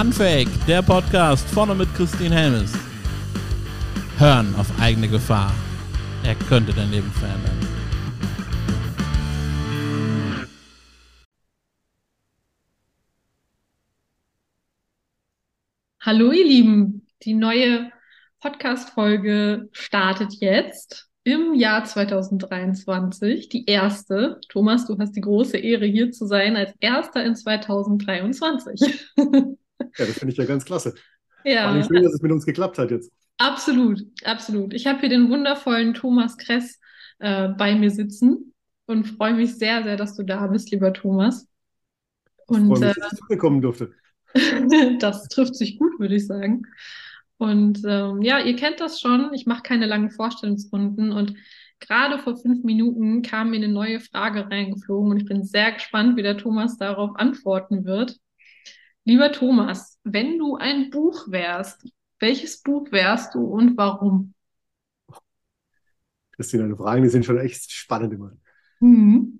Unfake, der Podcast vorne mit Christine Helmes. Hören auf eigene Gefahr. Er könnte dein Leben verändern. Hallo ihr Lieben, die neue Podcast-Folge startet jetzt im Jahr 2023, die erste. Thomas, du hast die große Ehre, hier zu sein als erster in 2023. Ja, das finde ich ja ganz klasse. Vor allem Ja, schön, dass es mit uns geklappt hat jetzt. absolut, absolut. Ich habe hier den wundervollen Thomas Kress bei mir sitzen und freue mich sehr, sehr, dass du da bist, lieber Thomas. Ich freue Und mich, dass ich zurückkommen durfte. das trifft sich gut, würde ich sagen. Und ja, ihr kennt das schon. Ich mache keine langen Vorstellungsrunden. Und gerade vor 5 Minuten kam mir eine neue Frage reingeflogen. Und ich bin sehr gespannt, wie der Thomas darauf antworten wird. Lieber Thomas, wenn du ein Buch wärst, welches Buch wärst du und warum? Christine, deine Fragen, die sind schon echt spannend immer. Mhm.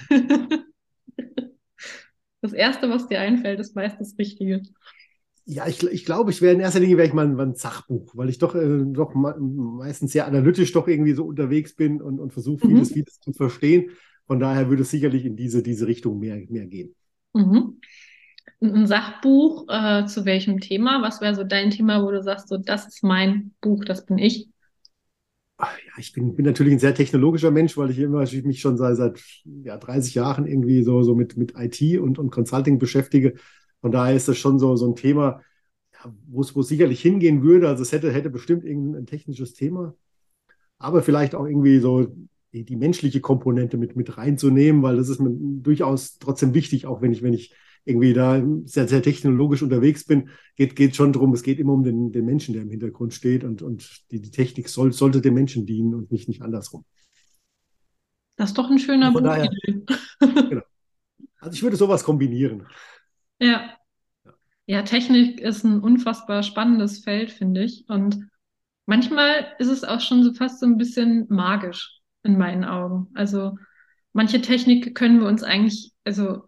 Das Erste, was dir einfällt, ist meist das Richtige. Ja, ich glaube, ich wäre in erster Linie wäre ich mal ein Sachbuch, weil ich doch meistens sehr analytisch doch irgendwie so unterwegs bin und versuche vieles zu verstehen. Von daher würde es sicherlich in diese Richtung mehr gehen. Mhm. Ein Sachbuch, zu welchem Thema? Was wäre so dein Thema, wo du sagst, so, das ist mein Buch, das bin ich? Ja, ich bin natürlich ein sehr technologischer Mensch, weil ich mich schon seit 30 Jahren irgendwie so mit IT und Consulting beschäftige. Von daher ist das schon so ein Thema, ja, wo es sicherlich hingehen würde. Also es hätte bestimmt irgendein technisches Thema, aber vielleicht auch irgendwie so die menschliche Komponente mit reinzunehmen, weil das ist mir durchaus trotzdem wichtig, auch wenn ich irgendwie da sehr, sehr technologisch unterwegs bin, geht schon darum, es geht immer um den Menschen, der im Hintergrund steht und die Technik sollte dem Menschen dienen und nicht andersrum. Das ist doch ein schöner Von daher, Buchtitel. genau. Also ich würde sowas kombinieren. Ja. Ja, Technik ist ein unfassbar spannendes Feld, finde ich. Und manchmal ist es auch schon so fast so ein bisschen magisch in meinen Augen. Also manche Technik können wir uns eigentlich, also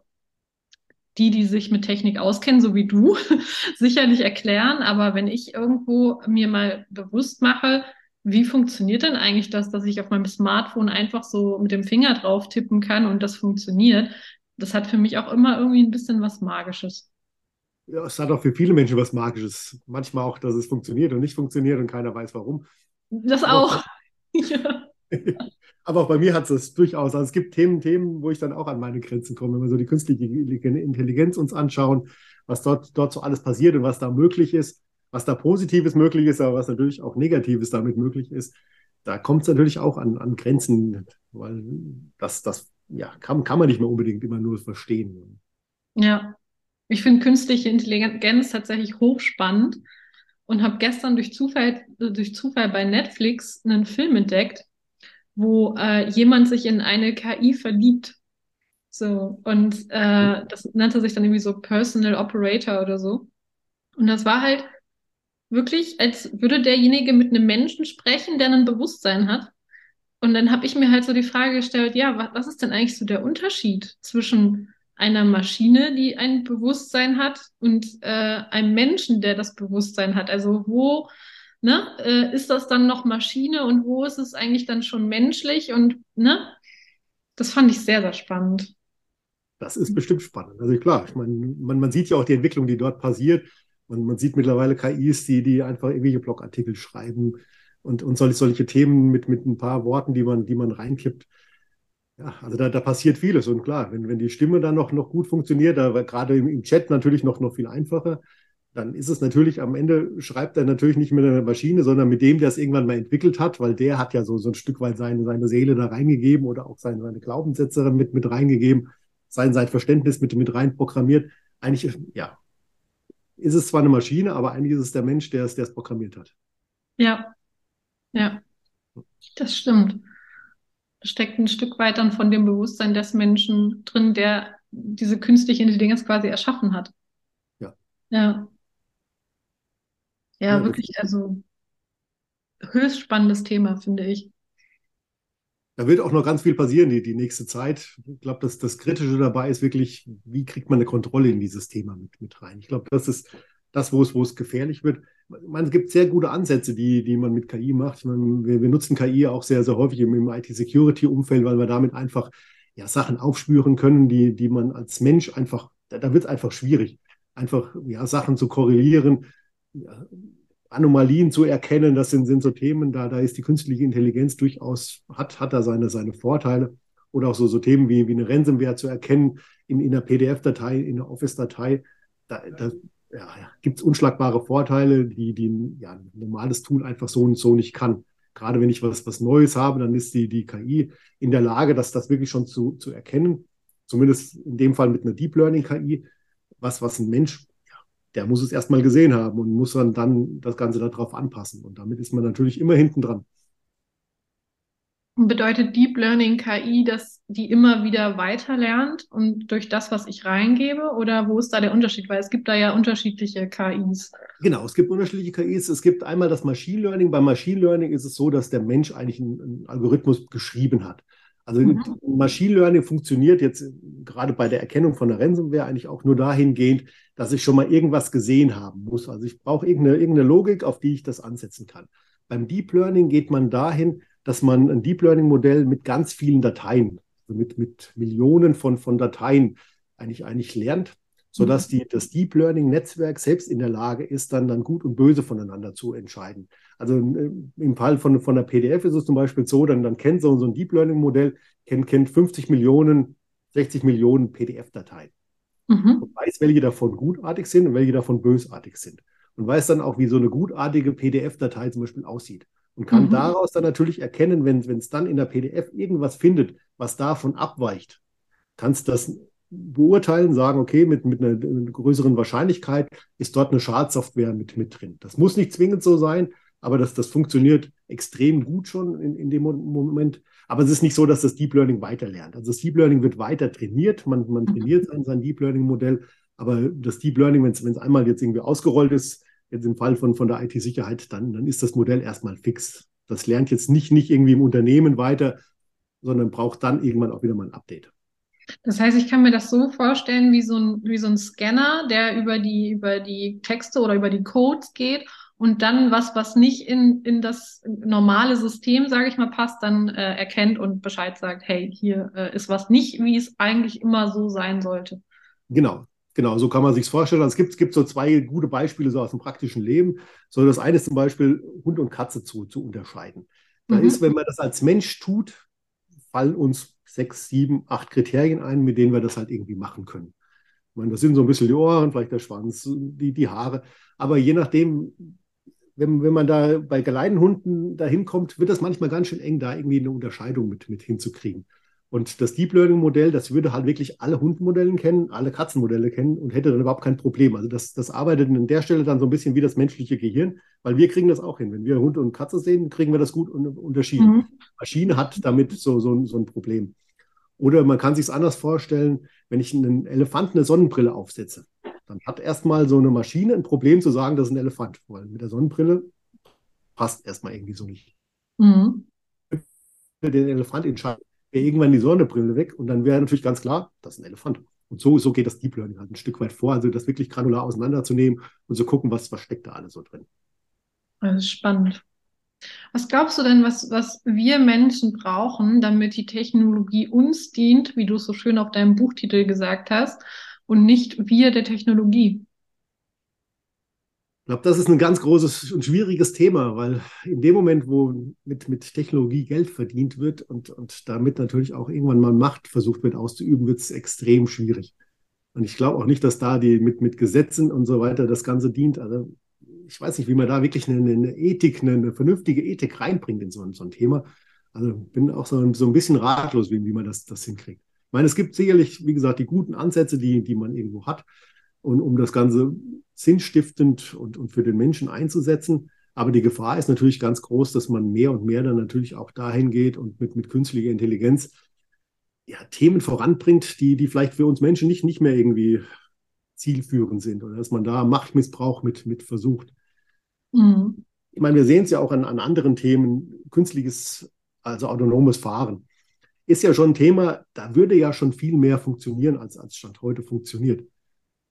die sich mit Technik auskennen, so wie du, sicherlich erklären. Aber wenn ich irgendwo mir mal bewusst mache, wie funktioniert denn eigentlich das, dass ich auf meinem Smartphone einfach so mit dem Finger drauf tippen kann und das funktioniert, das hat für mich auch immer irgendwie ein bisschen was Magisches. Ja, es hat auch für viele Menschen was Magisches. Manchmal auch, dass es funktioniert und nicht funktioniert und keiner weiß warum. Das Aber auch. Ja. Aber auch bei mir hat es durchaus. Also es gibt Themen, wo ich dann auch an meine Grenzen komme. Wenn wir so die künstliche Intelligenz uns anschauen, was dort so alles passiert und was da möglich ist, was da Positives möglich ist, aber was natürlich auch Negatives damit möglich ist, da kommt es natürlich auch an Grenzen, weil das ja, kann man nicht mehr unbedingt immer nur verstehen. Ja. Ich finde künstliche Intelligenz tatsächlich hochspannend und habe gestern durch Zufall bei Netflix einen Film entdeckt, wo jemand sich in eine KI verliebt. So, und das nannte sich dann irgendwie so Personal Operator oder so. Und das war halt wirklich, als würde derjenige mit einem Menschen sprechen, der ein Bewusstsein hat. Und dann habe ich mir halt so die Frage gestellt, ja, was ist denn eigentlich so der Unterschied zwischen einer Maschine, die ein Bewusstsein hat, und einem Menschen, der das Bewusstsein hat? Also wo, ne, ist das dann noch Maschine und wo ist es eigentlich dann schon menschlich? Und ne, das fand ich sehr, sehr spannend. Das ist bestimmt spannend. Also klar, ich meine, man sieht ja auch die Entwicklung, die dort passiert. Man sieht mittlerweile KIs, die einfach irgendwelche Blogartikel schreiben und solche Themen mit ein paar Worten, die man reinkippt. Ja, also da passiert vieles. Und klar, wenn die Stimme dann noch gut funktioniert, da gerade im Chat natürlich noch viel einfacher, dann ist es natürlich am Ende, schreibt er natürlich nicht mit einer Maschine, sondern mit dem, der es irgendwann mal entwickelt hat, weil der hat ja so ein Stück weit seine Seele da reingegeben oder auch seine Glaubenssätze mit reingegeben, sein Verständnis mit rein programmiert. Eigentlich, ja, ist es zwar eine Maschine, aber eigentlich ist es der Mensch, der es programmiert hat. Ja, ja, das stimmt. Da steckt ein Stück weit dann von dem Bewusstsein des Menschen drin, der diese künstliche Intelligenz quasi erschaffen hat. Ja, Ja, ja, ja, das wirklich, also höchst spannendes Thema, finde ich. Da wird auch noch ganz viel passieren, die nächste Zeit. Ich glaube, das Kritische dabei ist wirklich, wie kriegt man eine Kontrolle in dieses Thema mit rein? Ich glaube, das ist das, wo es gefährlich wird. Ich meine, es gibt sehr gute Ansätze, die man mit KI macht. Ich meine, wir nutzen KI auch sehr, sehr häufig im IT-Security-Umfeld, weil wir damit einfach ja, Sachen aufspüren können, die man als Mensch einfach, da wird es einfach schwierig, einfach ja, Sachen zu korrelieren, ja, Anomalien zu erkennen. Das sind so Themen, da ist die künstliche Intelligenz durchaus, hat da seine Vorteile. Oder auch so Themen wie eine Ransomware zu erkennen in einer PDF-Datei, in einer Office-Datei. Da ja, gibt es unschlagbare Vorteile, die ja, ein normales Tool einfach so und so nicht kann. Gerade wenn ich was Neues habe, dann ist die KI in der Lage, das wirklich schon zu erkennen. Zumindest in dem Fall mit einer Deep Learning KI, was ein Mensch, ja, der muss es erstmal gesehen haben und muss dann das Ganze darauf anpassen. Und damit ist man natürlich immer hinten dran. Bedeutet Deep Learning KI, dass die immer wieder weiter lernt und durch das, was ich reingebe? Oder wo ist da der Unterschied? Weil es gibt da ja unterschiedliche KIs. Genau, es gibt unterschiedliche KIs. Es gibt einmal das Machine Learning. Beim Machine Learning ist es so, dass der Mensch eigentlich einen Algorithmus geschrieben hat. Also Machine Learning funktioniert jetzt gerade bei der Erkennung von der Ransomware eigentlich auch nur dahingehend, dass ich schon mal irgendwas gesehen haben muss. Also ich brauche irgendeine Logik, auf die ich das ansetzen kann. Beim Deep Learning geht man dahin, dass man ein Deep Learning Modell mit ganz vielen Dateien, also mit Millionen von Dateien eigentlich lernt, sodass das Deep Learning Netzwerk selbst in der Lage ist, dann Gut und Böse voneinander zu entscheiden. Also im Fall von der PDF ist es zum Beispiel so, dann kennt so ein Deep Learning Modell, kennt 50 Millionen, 60 Millionen PDF-Dateien. Und weiß, welche davon gutartig sind und welche davon bösartig sind. Und weiß dann auch, wie so eine gutartige PDF-Datei zum Beispiel aussieht. Und kann daraus dann natürlich erkennen, wenn es dann in der PDF irgendwas findet, was davon abweicht, kannst das beurteilen, sagen, okay, mit einer größeren Wahrscheinlichkeit ist dort eine Schadsoftware mit drin. Das muss nicht zwingend so sein, aber das funktioniert extrem gut schon in dem Moment. Aber es ist nicht so, dass das Deep Learning weiter lernt. Also das Deep Learning wird weiter trainiert, man trainiert sein Deep Learning Modell, aber das Deep Learning, wenn es einmal jetzt irgendwie ausgerollt ist, jetzt im Fall von der IT-Sicherheit, dann ist das Modell erstmal fix. Das lernt jetzt nicht irgendwie im Unternehmen weiter, sondern braucht dann irgendwann auch wieder mal ein Update. Das heißt, ich kann mir das so vorstellen wie so ein Scanner, der über die Texte oder über die Codes geht und dann was nicht in das normale System, sage ich mal, passt, dann erkennt und Bescheid sagt, hey, hier ist was nicht, wie es eigentlich immer so sein sollte. Genau, so kann man sich vorstellen. Also es gibt so zwei gute Beispiele so aus dem praktischen Leben. So das eine ist zum Beispiel Hund und Katze zu unterscheiden. Da ist, wenn man das als Mensch tut, fallen uns 6, 7, 8 Kriterien ein, mit denen wir das halt irgendwie machen können. Ich meine, das sind so ein bisschen die Ohren, vielleicht der Schwanz, die Haare. Aber je nachdem, wenn man da bei Geleinenhunden da hinkommt, wird das manchmal ganz schön eng, da irgendwie eine Unterscheidung mit hinzukriegen. Und das Deep Learning Modell, das würde halt wirklich alle Hundenmodelle kennen, alle Katzenmodelle kennen und hätte dann überhaupt kein Problem. Also das arbeitet an der Stelle dann so ein bisschen wie das menschliche Gehirn, weil wir kriegen das auch hin. Wenn wir Hund und Katze sehen, kriegen wir das gut unterschieden. Maschine hat damit so ein Problem. Oder man kann sich es anders vorstellen, wenn ich einen Elefanten eine Sonnenbrille aufsetze, dann hat erstmal so eine Maschine ein Problem zu sagen, das ist ein Elefant, weil mit der Sonnenbrille passt erstmal irgendwie so nicht. Den Elefant entscheidet, wäre irgendwann die Sonnenbrille weg und dann wäre natürlich ganz klar, das ist ein Elefant. Und so geht das Deep Learning halt ein Stück weit vor, also das wirklich granular auseinanderzunehmen und zu gucken, was steckt da alles so drin. Das ist spannend. Was glaubst du denn, was wir Menschen brauchen, damit die Technologie uns dient, wie du es so schön auf deinem Buchtitel gesagt hast, und nicht wir der Technologie? Ich glaube, das ist ein ganz großes und schwieriges Thema, weil in dem Moment, wo mit Technologie Geld verdient wird und damit natürlich auch irgendwann mal Macht versucht wird auszuüben, wird es extrem schwierig. Und ich glaube auch nicht, dass da mit Gesetzen und so weiter das Ganze dient. Also ich weiß nicht, wie man da wirklich eine Ethik, eine vernünftige Ethik reinbringt in so ein Thema. Also bin auch so ein bisschen ratlos, wie man das hinkriegt. Ich meine, es gibt sicherlich, wie gesagt, die guten Ansätze, die man irgendwo hat, und um das Ganze sinnstiftend und für den Menschen einzusetzen. Aber die Gefahr ist natürlich ganz groß, dass man mehr und mehr dann natürlich auch dahin geht und mit künstlicher Intelligenz ja, Themen voranbringt, die vielleicht für uns Menschen nicht mehr irgendwie zielführend sind oder dass man da Machtmissbrauch mit versucht. Ich meine, wir sehen es ja auch an anderen Themen, künstliches, also autonomes Fahren. Ist ja schon ein Thema, da würde ja schon viel mehr funktionieren, als Stand heute funktioniert.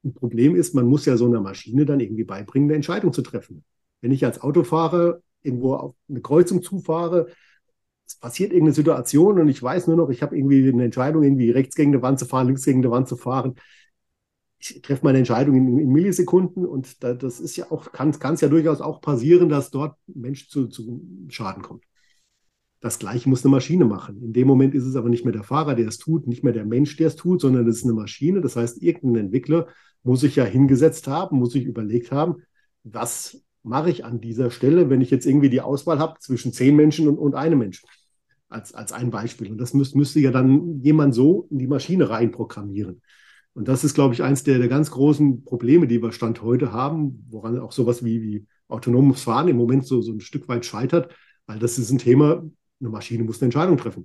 ein Problem ist, man muss ja so einer Maschine dann irgendwie beibringen, eine Entscheidung zu treffen. Wenn ich als Autofahrer irgendwo auf eine Kreuzung zufahre, es passiert irgendeine Situation und ich weiß nur noch, ich habe irgendwie eine Entscheidung, irgendwie rechts gegen eine Wand zu fahren, links gegen eine Wand zu fahren. Ich treffe meine Entscheidung in Millisekunden und das ist ja auch, kann es ja durchaus auch passieren, dass dort ein Mensch zu Schaden kommt. Das Gleiche muss eine Maschine machen. In dem Moment ist es aber nicht mehr der Fahrer, der es tut, nicht mehr der Mensch, der es tut, sondern es ist eine Maschine. Das heißt, irgendein Entwickler muss sich ja hingesetzt haben, muss sich überlegt haben, was mache ich an dieser Stelle, wenn ich jetzt irgendwie die Auswahl habe zwischen 10 Menschen und einem Menschen. Als ein Beispiel. Und das müsste ja dann jemand so in die Maschine reinprogrammieren. Und das ist, glaube ich, eins der ganz großen Probleme, die wir Stand heute haben, woran auch sowas wie autonomes Fahren im Moment so ein Stück weit scheitert, weil das ist ein Thema, eine Maschine muss eine Entscheidung treffen.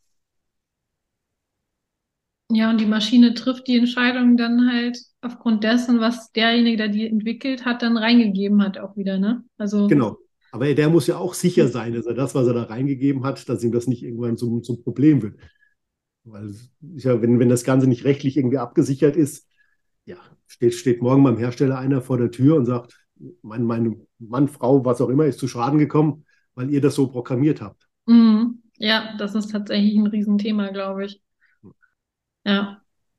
Ja, und die Maschine trifft die Entscheidung dann halt aufgrund dessen, was derjenige, der die entwickelt hat, dann reingegeben hat, auch wieder, ne? Also, Genau. Aber der muss ja auch sicher sein, dass er das, was er da reingegeben hat, dass ihm das nicht irgendwann zum Problem wird. Weil ja, wenn das Ganze nicht rechtlich irgendwie abgesichert ist, ja, steht morgen beim Hersteller einer vor der Tür und sagt, mein Mann, Frau, was auch immer, ist zu Schaden gekommen, weil ihr das so programmiert habt. ja, das ist tatsächlich ein Riesenthema, glaube ich. Ja.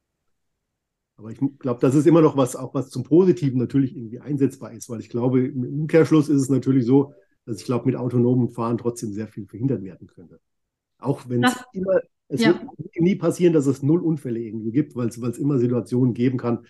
Aber ich glaube, das ist immer noch was zum Positiven natürlich irgendwie einsetzbar ist, weil ich glaube, im Umkehrschluss ist es natürlich so, dass ich glaube, mit autonomem Fahren trotzdem sehr viel verhindert werden könnte. Auch wenn Das, es ja. wird nie passieren, dass es 0 Unfälle irgendwie gibt, weil es immer Situationen geben kann,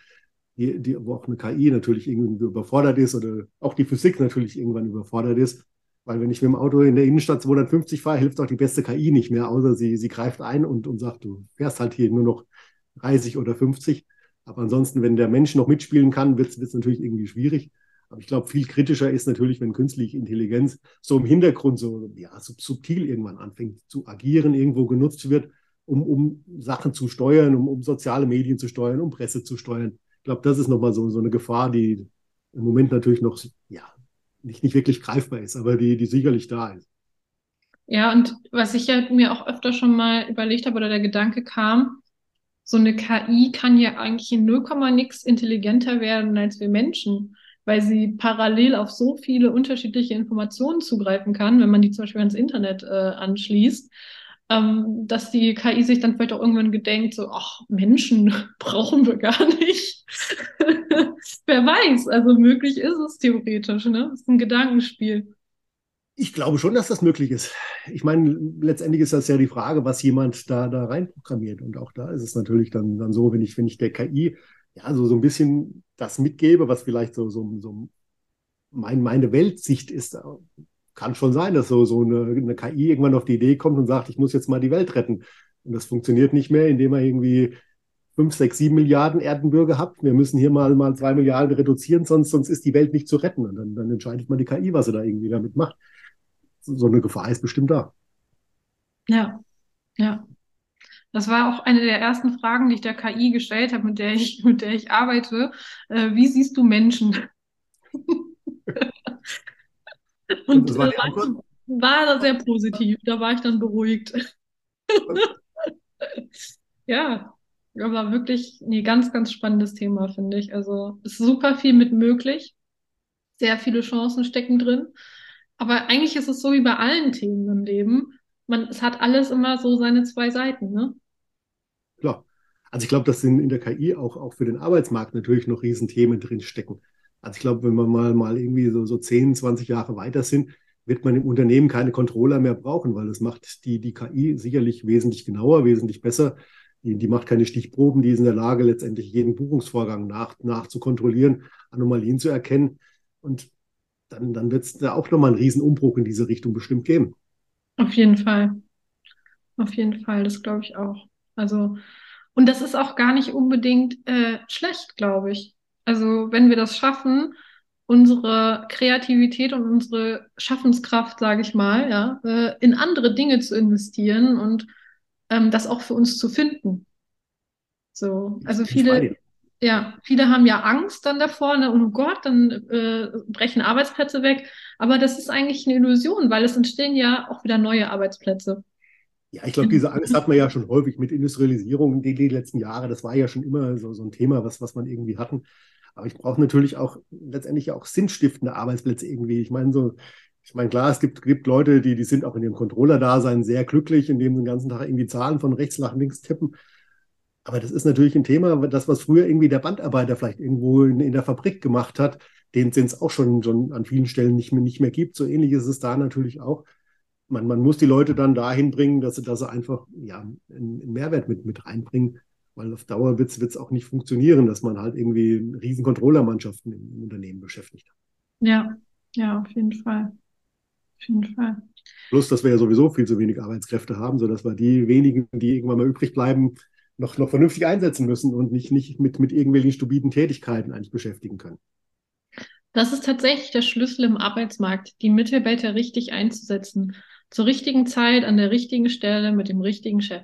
wo auch eine KI natürlich irgendwie überfordert ist oder auch die Physik natürlich irgendwann überfordert ist. Weil wenn ich mit dem Auto in der Innenstadt 250 fahre, hilft auch die beste KI nicht mehr, außer sie greift ein und sagt, du fährst halt hier nur noch 30 oder 50. Aber ansonsten, wenn der Mensch noch mitspielen kann, wird es natürlich irgendwie schwierig. Aber ich glaube, viel kritischer ist natürlich, wenn künstliche Intelligenz so im Hintergrund so ja, subtil irgendwann anfängt zu agieren, irgendwo genutzt wird, um Sachen zu steuern, um soziale Medien zu steuern, um Presse zu steuern. Ich glaube, das ist nochmal so eine Gefahr, die im Moment natürlich noch ja, nicht wirklich greifbar ist, aber die sicherlich da ist. Ja, und was ich ja mir auch öfter schon mal überlegt habe oder der Gedanke kam, so eine KI kann ja eigentlich in 0, nix intelligenter werden als wir Menschen, weil sie parallel auf so viele unterschiedliche Informationen zugreifen kann, wenn man die zum Beispiel ans Internet anschließt, dass die KI sich dann vielleicht auch irgendwann gedenkt, so, ach, Menschen brauchen wir gar nicht. Wer weiß, also möglich ist es theoretisch, ne? Das ist ein Gedankenspiel. Ich glaube schon, dass das möglich ist. Ich meine, letztendlich ist das ja die Frage, was jemand da reinprogrammiert. Und auch da ist es natürlich dann so, wenn ich der KI ja so ein bisschen das mitgebe, was vielleicht so meine Weltsicht ist, kann schon sein, dass so eine KI irgendwann auf die Idee kommt und sagt, ich muss jetzt mal die Welt retten. Und das funktioniert nicht mehr, indem er irgendwie 5, 6, 7 Milliarden Erdenbürger hat. Wir müssen hier mal 2 Milliarden reduzieren, sonst ist die Welt nicht zu retten. Und dann entscheidet mal die KI, was sie da irgendwie damit macht. So eine Gefahr ist bestimmt da. Ja, ja. Das war auch eine der ersten Fragen, die ich der KI gestellt habe, mit der ich arbeite. Wie siehst du Menschen? Und Und das war die Antwort? war sehr positiv. Da war ich dann beruhigt. Ja, aber wirklich, nee, ganz, ganz spannendes Thema, finde ich. Also ist super viel mit möglich. Sehr viele Chancen stecken drin. Aber eigentlich ist es so wie bei allen Themen im Leben. Es hat alles immer so seine zwei Seiten, ne? Klar. Also ich glaube, dass in der KI auch für den Arbeitsmarkt natürlich noch Riesenthemen drin stecken. Also ich glaube, wenn wir mal irgendwie so 10, 20 Jahre weiter sind, wird man im Unternehmen keine Controller mehr brauchen, weil das macht die KI sicherlich wesentlich genauer, wesentlich besser. Die macht keine Stichproben, die ist in der Lage, letztendlich jeden Buchungsvorgang nachzukontrollieren, Anomalien zu erkennen. Und dann wird es da auch nochmal einen Riesenumbruch in diese Richtung bestimmt geben. Auf jeden Fall. Auf jeden Fall, das glaube ich auch. Also, und das ist auch gar nicht unbedingt schlecht, glaube ich. Also, wenn wir das schaffen, unsere Kreativität und unsere Schaffenskraft, sage ich mal, ja, in andere Dinge zu investieren und das auch für uns zu finden. So, also Bin ich bei viele, dir. ja, viele haben ja Angst dann davor, ne? Oh Gott, dann brechen Arbeitsplätze weg. Aber das ist eigentlich eine Illusion, weil es entstehen ja auch wieder neue Arbeitsplätze. Ja, ich glaube, diese Angst hat man ja schon häufig mit Industrialisierung die letzten Jahre. Das war ja schon immer so ein Thema, was man irgendwie hatten. Aber ich brauche natürlich auch letztendlich auch sinnstiftende Arbeitsplätze irgendwie. Ich meine, klar, es gibt Leute, die sind auch in ihrem Controller-Dasein sehr glücklich, indem sie den ganzen Tag irgendwie Zahlen von rechts nach links tippen. Aber das ist natürlich ein Thema, das, was früher irgendwie der Bandarbeiter vielleicht irgendwo in der Fabrik gemacht hat, den es auch schon an vielen Stellen nicht mehr gibt. So ähnlich ist es da natürlich auch. Man muss die Leute dann dahin bringen, dass sie einfach ja, einen Mehrwert mit reinbringen, weil auf Dauer wird es auch nicht funktionieren, dass man halt irgendwie riesen Controllermannschaften im Unternehmen beschäftigt. Ja, ja, auf jeden Fall. Auf jeden Fall. Plus, dass wir ja sowieso viel zu wenig Arbeitskräfte haben, sodass wir die wenigen, die irgendwann mal übrig bleiben, noch vernünftig einsetzen müssen und nicht mit irgendwelchen stupiden Tätigkeiten eigentlich beschäftigen können. Das ist tatsächlich der Schlüssel im Arbeitsmarkt, die Mitarbeiter richtig einzusetzen. Zur richtigen Zeit, an der richtigen Stelle, mit dem richtigen Chef.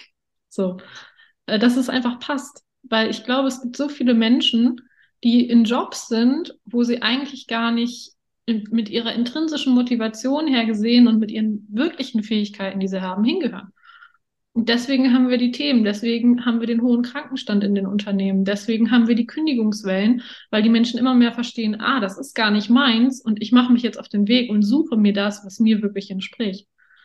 So, dass es einfach passt. Weil ich glaube, es gibt so viele Menschen, die in Jobs sind, wo sie eigentlich gar nicht mit ihrer intrinsischen Motivation her gesehen und mit ihren wirklichen Fähigkeiten, die sie haben, hingehören. Und deswegen haben wir die Themen, deswegen haben wir den hohen Krankenstand in den Unternehmen, deswegen haben wir die Kündigungswellen, weil die Menschen immer mehr verstehen, ah, das ist gar nicht meins und ich mache mich jetzt auf den Weg und suche mir das, was mir wirklich entspricht.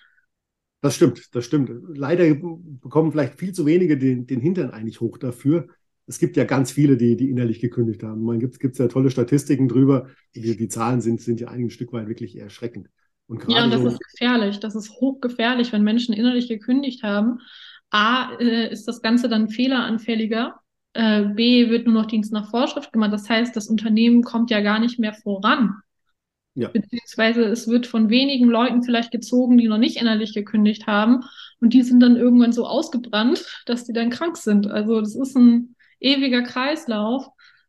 Das stimmt, das stimmt. Leider bekommen vielleicht viel zu wenige den Hintern eigentlich hoch dafür. Es gibt ja ganz viele, die innerlich gekündigt haben. Man gibt ja tolle Statistiken drüber. Die Zahlen sind ja ein Stück weit wirklich erschreckend. Und Ja, gerade und das so, ist gefährlich. Das ist hochgefährlich, wenn Menschen innerlich gekündigt haben. A, ist das Ganze dann fehleranfälliger. B, wird nur noch Dienst nach Vorschrift gemacht. Das heißt, das Unternehmen kommt ja gar nicht mehr voran. ja, Beziehungsweise es wird von wenigen Leuten vielleicht gezogen, die noch nicht innerlich gekündigt haben. Und die sind dann irgendwann so ausgebrannt, dass die dann krank sind. Also das ist ein ewiger Kreislauf,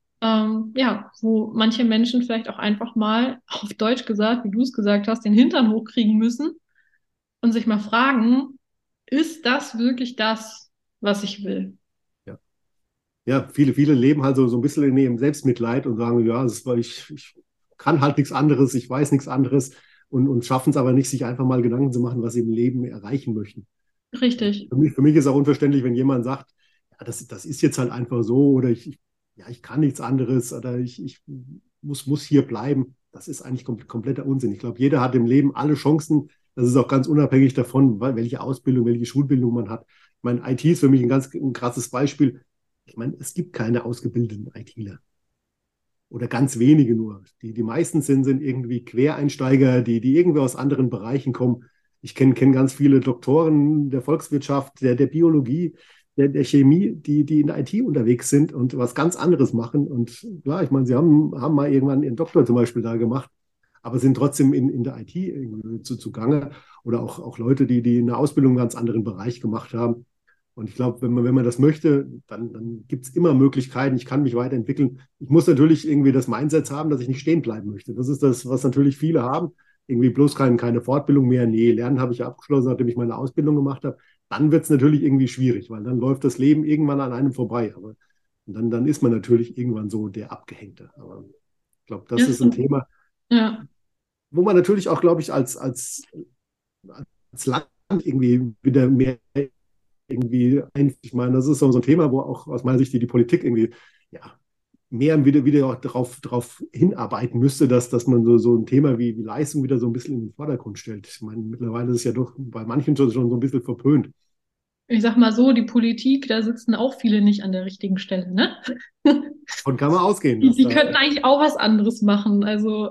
ja, wo manche Menschen vielleicht auch einfach mal, auf Deutsch gesagt, wie du es gesagt hast, den Hintern hochkriegen müssen und sich mal fragen, ist das wirklich das, was ich will? ja. Ja, viele leben halt so ein bisschen in ihrem Selbstmitleid und sagen, ja, ich kann halt nichts anderes, ich weiß nichts anderes und schaffen es aber nicht, sich einfach mal Gedanken zu machen, was sie im Leben erreichen möchten. Richtig. Für mich ist auch unverständlich, wenn jemand sagt, ja, das ist jetzt halt einfach so oder ich kann nichts anderes oder ich muss hier bleiben. Das ist eigentlich kompletter Unsinn. Ich glaube, jeder hat im Leben alle Chancen. Das ist auch ganz unabhängig davon, welche Ausbildung, welche Schulbildung man hat. Ich meine, IT ist für mich ein krasses Beispiel. Ich meine, es gibt keine ausgebildeten ITler oder ganz wenige nur. Die meisten sind irgendwie Quereinsteiger, die irgendwie aus anderen Bereichen kommen. Ich kenn ganz viele Doktoren der Volkswirtschaft, der Biologie, der Chemie, die in der IT unterwegs sind und was ganz anderes machen. Und klar, ich meine, sie haben mal irgendwann ihren Doktor zum Beispiel da gemacht, aber sind trotzdem in der IT irgendwie zugange. Oder auch Leute, die eine Ausbildung in einem ganz anderen Bereich gemacht haben. Und ich glaube, wenn man das möchte, dann gibt es immer Möglichkeiten. Ich kann mich weiterentwickeln. Ich muss natürlich irgendwie das Mindset haben, dass ich nicht stehen bleiben möchte. Das ist das, was natürlich viele haben. Irgendwie bloß keine Fortbildung mehr. Nee, Lernen habe ich ja abgeschlossen, nachdem ich meine Ausbildung gemacht habe. Dann wird es natürlich irgendwie schwierig, weil dann läuft das Leben irgendwann an einem vorbei. Aber dann ist man natürlich irgendwann so der Abgehängte. Aber ich glaube, das ist ein Thema, Ja, wo man natürlich auch, glaube ich, als Land irgendwie wieder mehr irgendwie ein. Ich meine, das ist so ein Thema, wo auch aus meiner Sicht die Politik irgendwie ja, mehr wieder auch darauf hinarbeiten müsste, dass man so ein Thema wie Leistung wieder so ein bisschen in den Vordergrund stellt. Ich meine, mittlerweile ist es ja doch bei manchen schon so ein bisschen verpönt. ich sag mal so, die Politik, da sitzen auch viele nicht an der richtigen Stelle, ne? Und kann man ausgehen, Die, dass die da. könnten eigentlich auch was anderes machen. Also,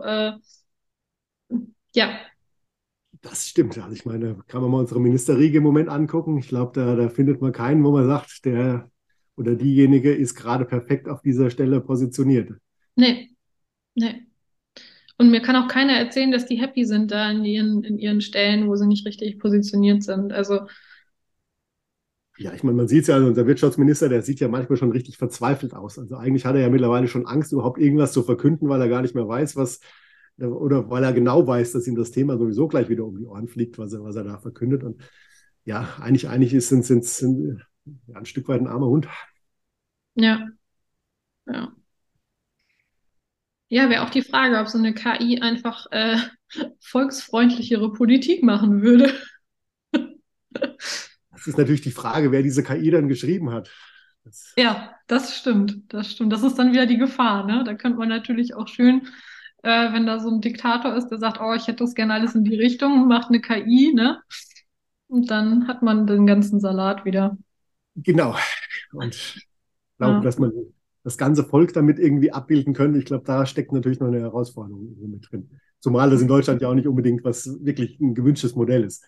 ja, Das stimmt. Also ich meine, kann man mal unsere Ministerriege im Moment angucken. Ich glaube, da findet man keinen, wo man sagt, der oder diejenige ist gerade perfekt auf dieser Stelle positioniert. nee, nee. Und mir kann auch keiner erzählen, dass die happy sind da in ihren Stellen, wo sie nicht richtig positioniert sind. Also, Ja, ich meine, man sieht es ja, also unser Wirtschaftsminister, der sieht ja manchmal schon richtig verzweifelt aus. Also eigentlich hat er ja mittlerweile schon Angst, überhaupt irgendwas zu verkünden, weil er gar nicht mehr weiß, oder weil er genau weiß, dass ihm das Thema sowieso gleich wieder um die Ohren fliegt, was er da verkündet. Und ja, eigentlich sind ja, ein Stück weit ein armer Hund. ja, ja. Ja, wäre auch die Frage, ob so eine KI einfach volksfreundlichere Politik machen würde. Das ist natürlich die Frage, wer diese KI dann geschrieben hat. Das, Ja, das stimmt, das stimmt. Das ist dann wieder die Gefahr, ne? Da könnte man natürlich auch schön, wenn da so ein Diktator ist, der sagt, oh, ich hätte das gerne alles in die Richtung, macht eine KI, ne? Und dann hat man den ganzen Salat wieder. genau. Und ich glaube, Ja, dass man das ganze Volk damit irgendwie abbilden könnte, ich glaube, da steckt natürlich noch eine Herausforderung irgendwie mit drin. Zumal das in Deutschland ja auch nicht unbedingt was wirklich ein gewünschtes Modell ist.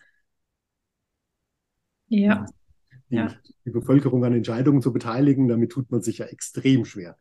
ja, Die, ja. die Bevölkerung an Entscheidungen zu beteiligen, damit tut man sich ja extrem schwer.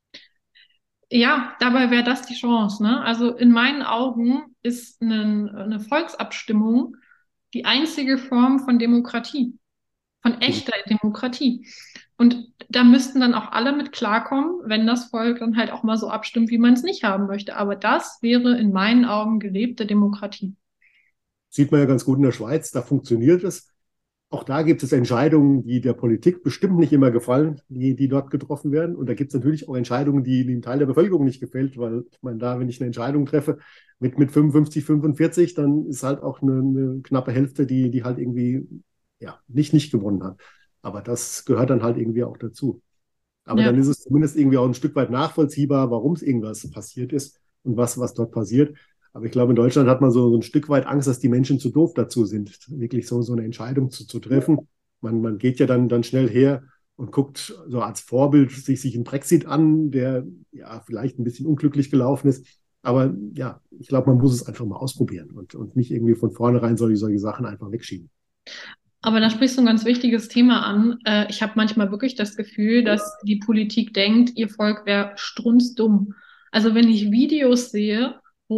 Ja, dabei wäre das die Chance, ne? Also in meinen Augen ist eine Volksabstimmung die einzige Form von Demokratie, von echter Demokratie. Und da müssten dann auch alle mit klarkommen, wenn das Volk dann halt auch mal so abstimmt, wie man es nicht haben möchte. Aber das wäre in meinen Augen gelebte Demokratie. Sieht man ja ganz gut in der Schweiz, da funktioniert es. Auch da gibt es Entscheidungen, die der Politik bestimmt nicht immer gefallen, die dort getroffen werden. Und da gibt es natürlich auch Entscheidungen, die dem Teil der Bevölkerung nicht gefällt, weil ich meine, da, wenn ich eine Entscheidung treffe mit 55, 45, dann ist halt auch eine knappe Hälfte, die halt irgendwie ja, nicht gewonnen hat. Aber das gehört dann halt irgendwie auch dazu. Aber Ja. dann ist es zumindest irgendwie auch ein Stück weit nachvollziehbar, warum es irgendwas passiert ist und was dort passiert. Aber ich glaube, in Deutschland hat man so ein Stück weit Angst, dass die Menschen zu doof dazu sind, wirklich so eine Entscheidung zu treffen. Man geht ja dann schnell her und guckt so als Vorbild sich einen Brexit an, der ja vielleicht ein bisschen unglücklich gelaufen ist. Aber ja, ich glaube, man muss es einfach mal ausprobieren und nicht irgendwie von vornherein solche Sachen einfach wegschieben. Aber da sprichst du ein ganz wichtiges Thema an. Ich habe manchmal wirklich das Gefühl, dass die Politik denkt, ihr Volk wäre strunzdumm. Also wenn ich Videos sehe, wo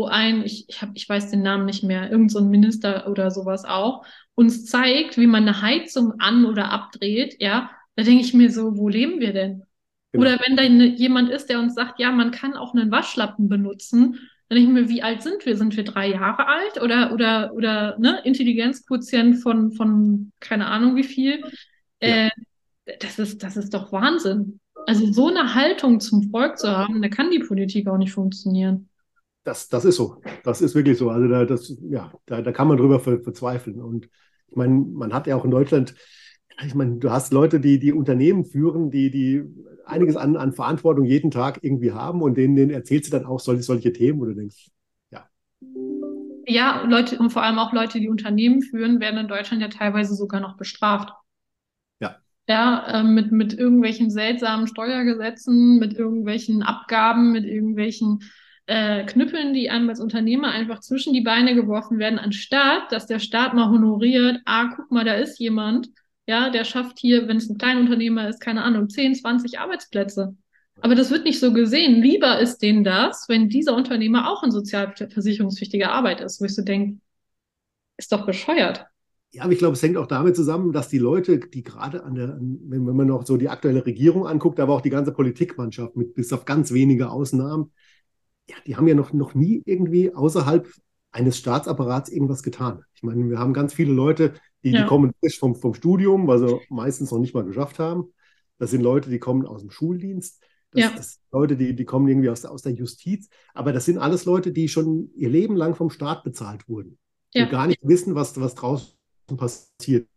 ich weiß den Namen nicht mehr, irgend so ein Minister oder sowas auch, uns zeigt, wie man eine Heizung an- oder abdreht, ja, da denke ich mir so, wo leben wir denn? Oder Genau. wenn da jemand ist, der uns sagt, ja, man kann auch einen Waschlappen benutzen, dann denke ich mir, wie alt sind wir? Sind wir 3 Jahre alt oder ne, Intelligenzquotient von keine Ahnung wie viel? Ja. Äh, das ist doch Wahnsinn. Also so eine Haltung zum Volk zu haben, da kann die Politik auch nicht funktionieren. Das ist so. Das ist wirklich so. Also da kann man drüber verzweifeln. Und ich meine, man hat ja auch in Deutschland, ich meine, du hast Leute, die Unternehmen führen, die einiges an Verantwortung jeden Tag irgendwie haben und denen erzählst du dann auch solche Themen, wo du denkst, ja, Ja, Leute, und vor allem auch Leute, die Unternehmen führen, werden in Deutschland ja teilweise sogar noch bestraft. ja, Ja, mit irgendwelchen seltsamen Steuergesetzen, mit irgendwelchen Abgaben, mit irgendwelchen Knüppeln, die einem als Unternehmer einfach zwischen die Beine geworfen werden, anstatt dass der Staat mal honoriert, ah, guck mal, da ist jemand, ja, der schafft hier, wenn es ein Kleinunternehmer ist, keine Ahnung, 10, 20 Arbeitsplätze. Aber das wird nicht so gesehen. Lieber ist denen das, wenn dieser Unternehmer auch in sozialversicherungspflichtiger Arbeit ist, wo ich so denke, ist doch bescheuert. ja, aber ich glaube, es hängt auch damit zusammen, dass die Leute, die gerade wenn man noch so die aktuelle Regierung anguckt, aber auch die ganze Politikmannschaft mit bis auf ganz wenige Ausnahmen, ja, die haben ja noch nie irgendwie außerhalb eines Staatsapparats irgendwas getan. Ich meine, wir haben ganz viele Leute, die Ja, kommen frisch vom Studium, was sie meistens noch nicht mal geschafft haben. Das sind Leute, die kommen aus dem Schuldienst. ja, Das sind Leute, die kommen irgendwie aus der Justiz. Aber das sind alles Leute, die schon ihr Leben lang vom Staat bezahlt wurden und ja, gar nicht wissen, was draußen passiert.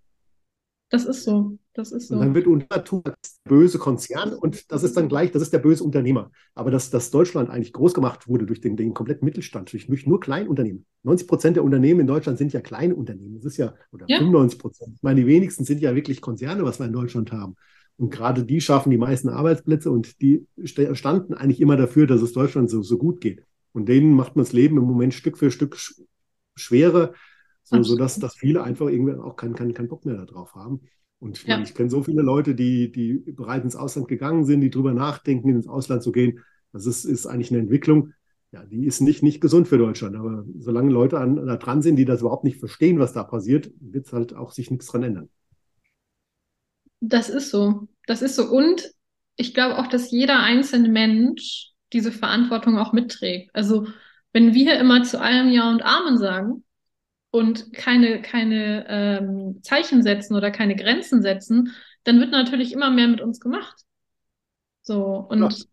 das ist so. Das ist Und so. dann wird Unternehmen der böse Konzern und das ist dann gleich, das ist der böse Unternehmer. Aber dass Deutschland eigentlich groß gemacht wurde durch den kompletten Mittelstand, durch nur Kleinunternehmen. 90% der Unternehmen in Deutschland sind ja Kleinunternehmen. Das ist ja, oder Ja, 95%. Ich meine, die wenigsten sind ja wirklich Konzerne, was wir in Deutschland haben. Und gerade die schaffen die meisten Arbeitsplätze und die standen eigentlich immer dafür, dass es Deutschland so gut geht. Und denen macht man das Leben im Moment Stück für Stück schwerer, sodass absolut. dass viele einfach irgendwann auch keinen Bock mehr darauf haben. Und ich meine, Ja, ich kenne so viele Leute, die bereits ins Ausland gegangen sind, die drüber nachdenken, ins Ausland zu gehen. Das ist eigentlich eine Entwicklung, ja, die ist nicht gesund für Deutschland. Aber solange Leute da dran sind, die das überhaupt nicht verstehen, was da passiert, wird es halt auch sich nichts dran ändern. das ist so. Das ist so. Und ich glaube auch, dass jeder einzelne Mensch diese Verantwortung auch mitträgt. Also, wenn wir immer zu allem Ja und Amen sagen und keine Zeichen setzen oder keine Grenzen setzen, dann wird natürlich immer mehr mit uns gemacht. So. Ja, Und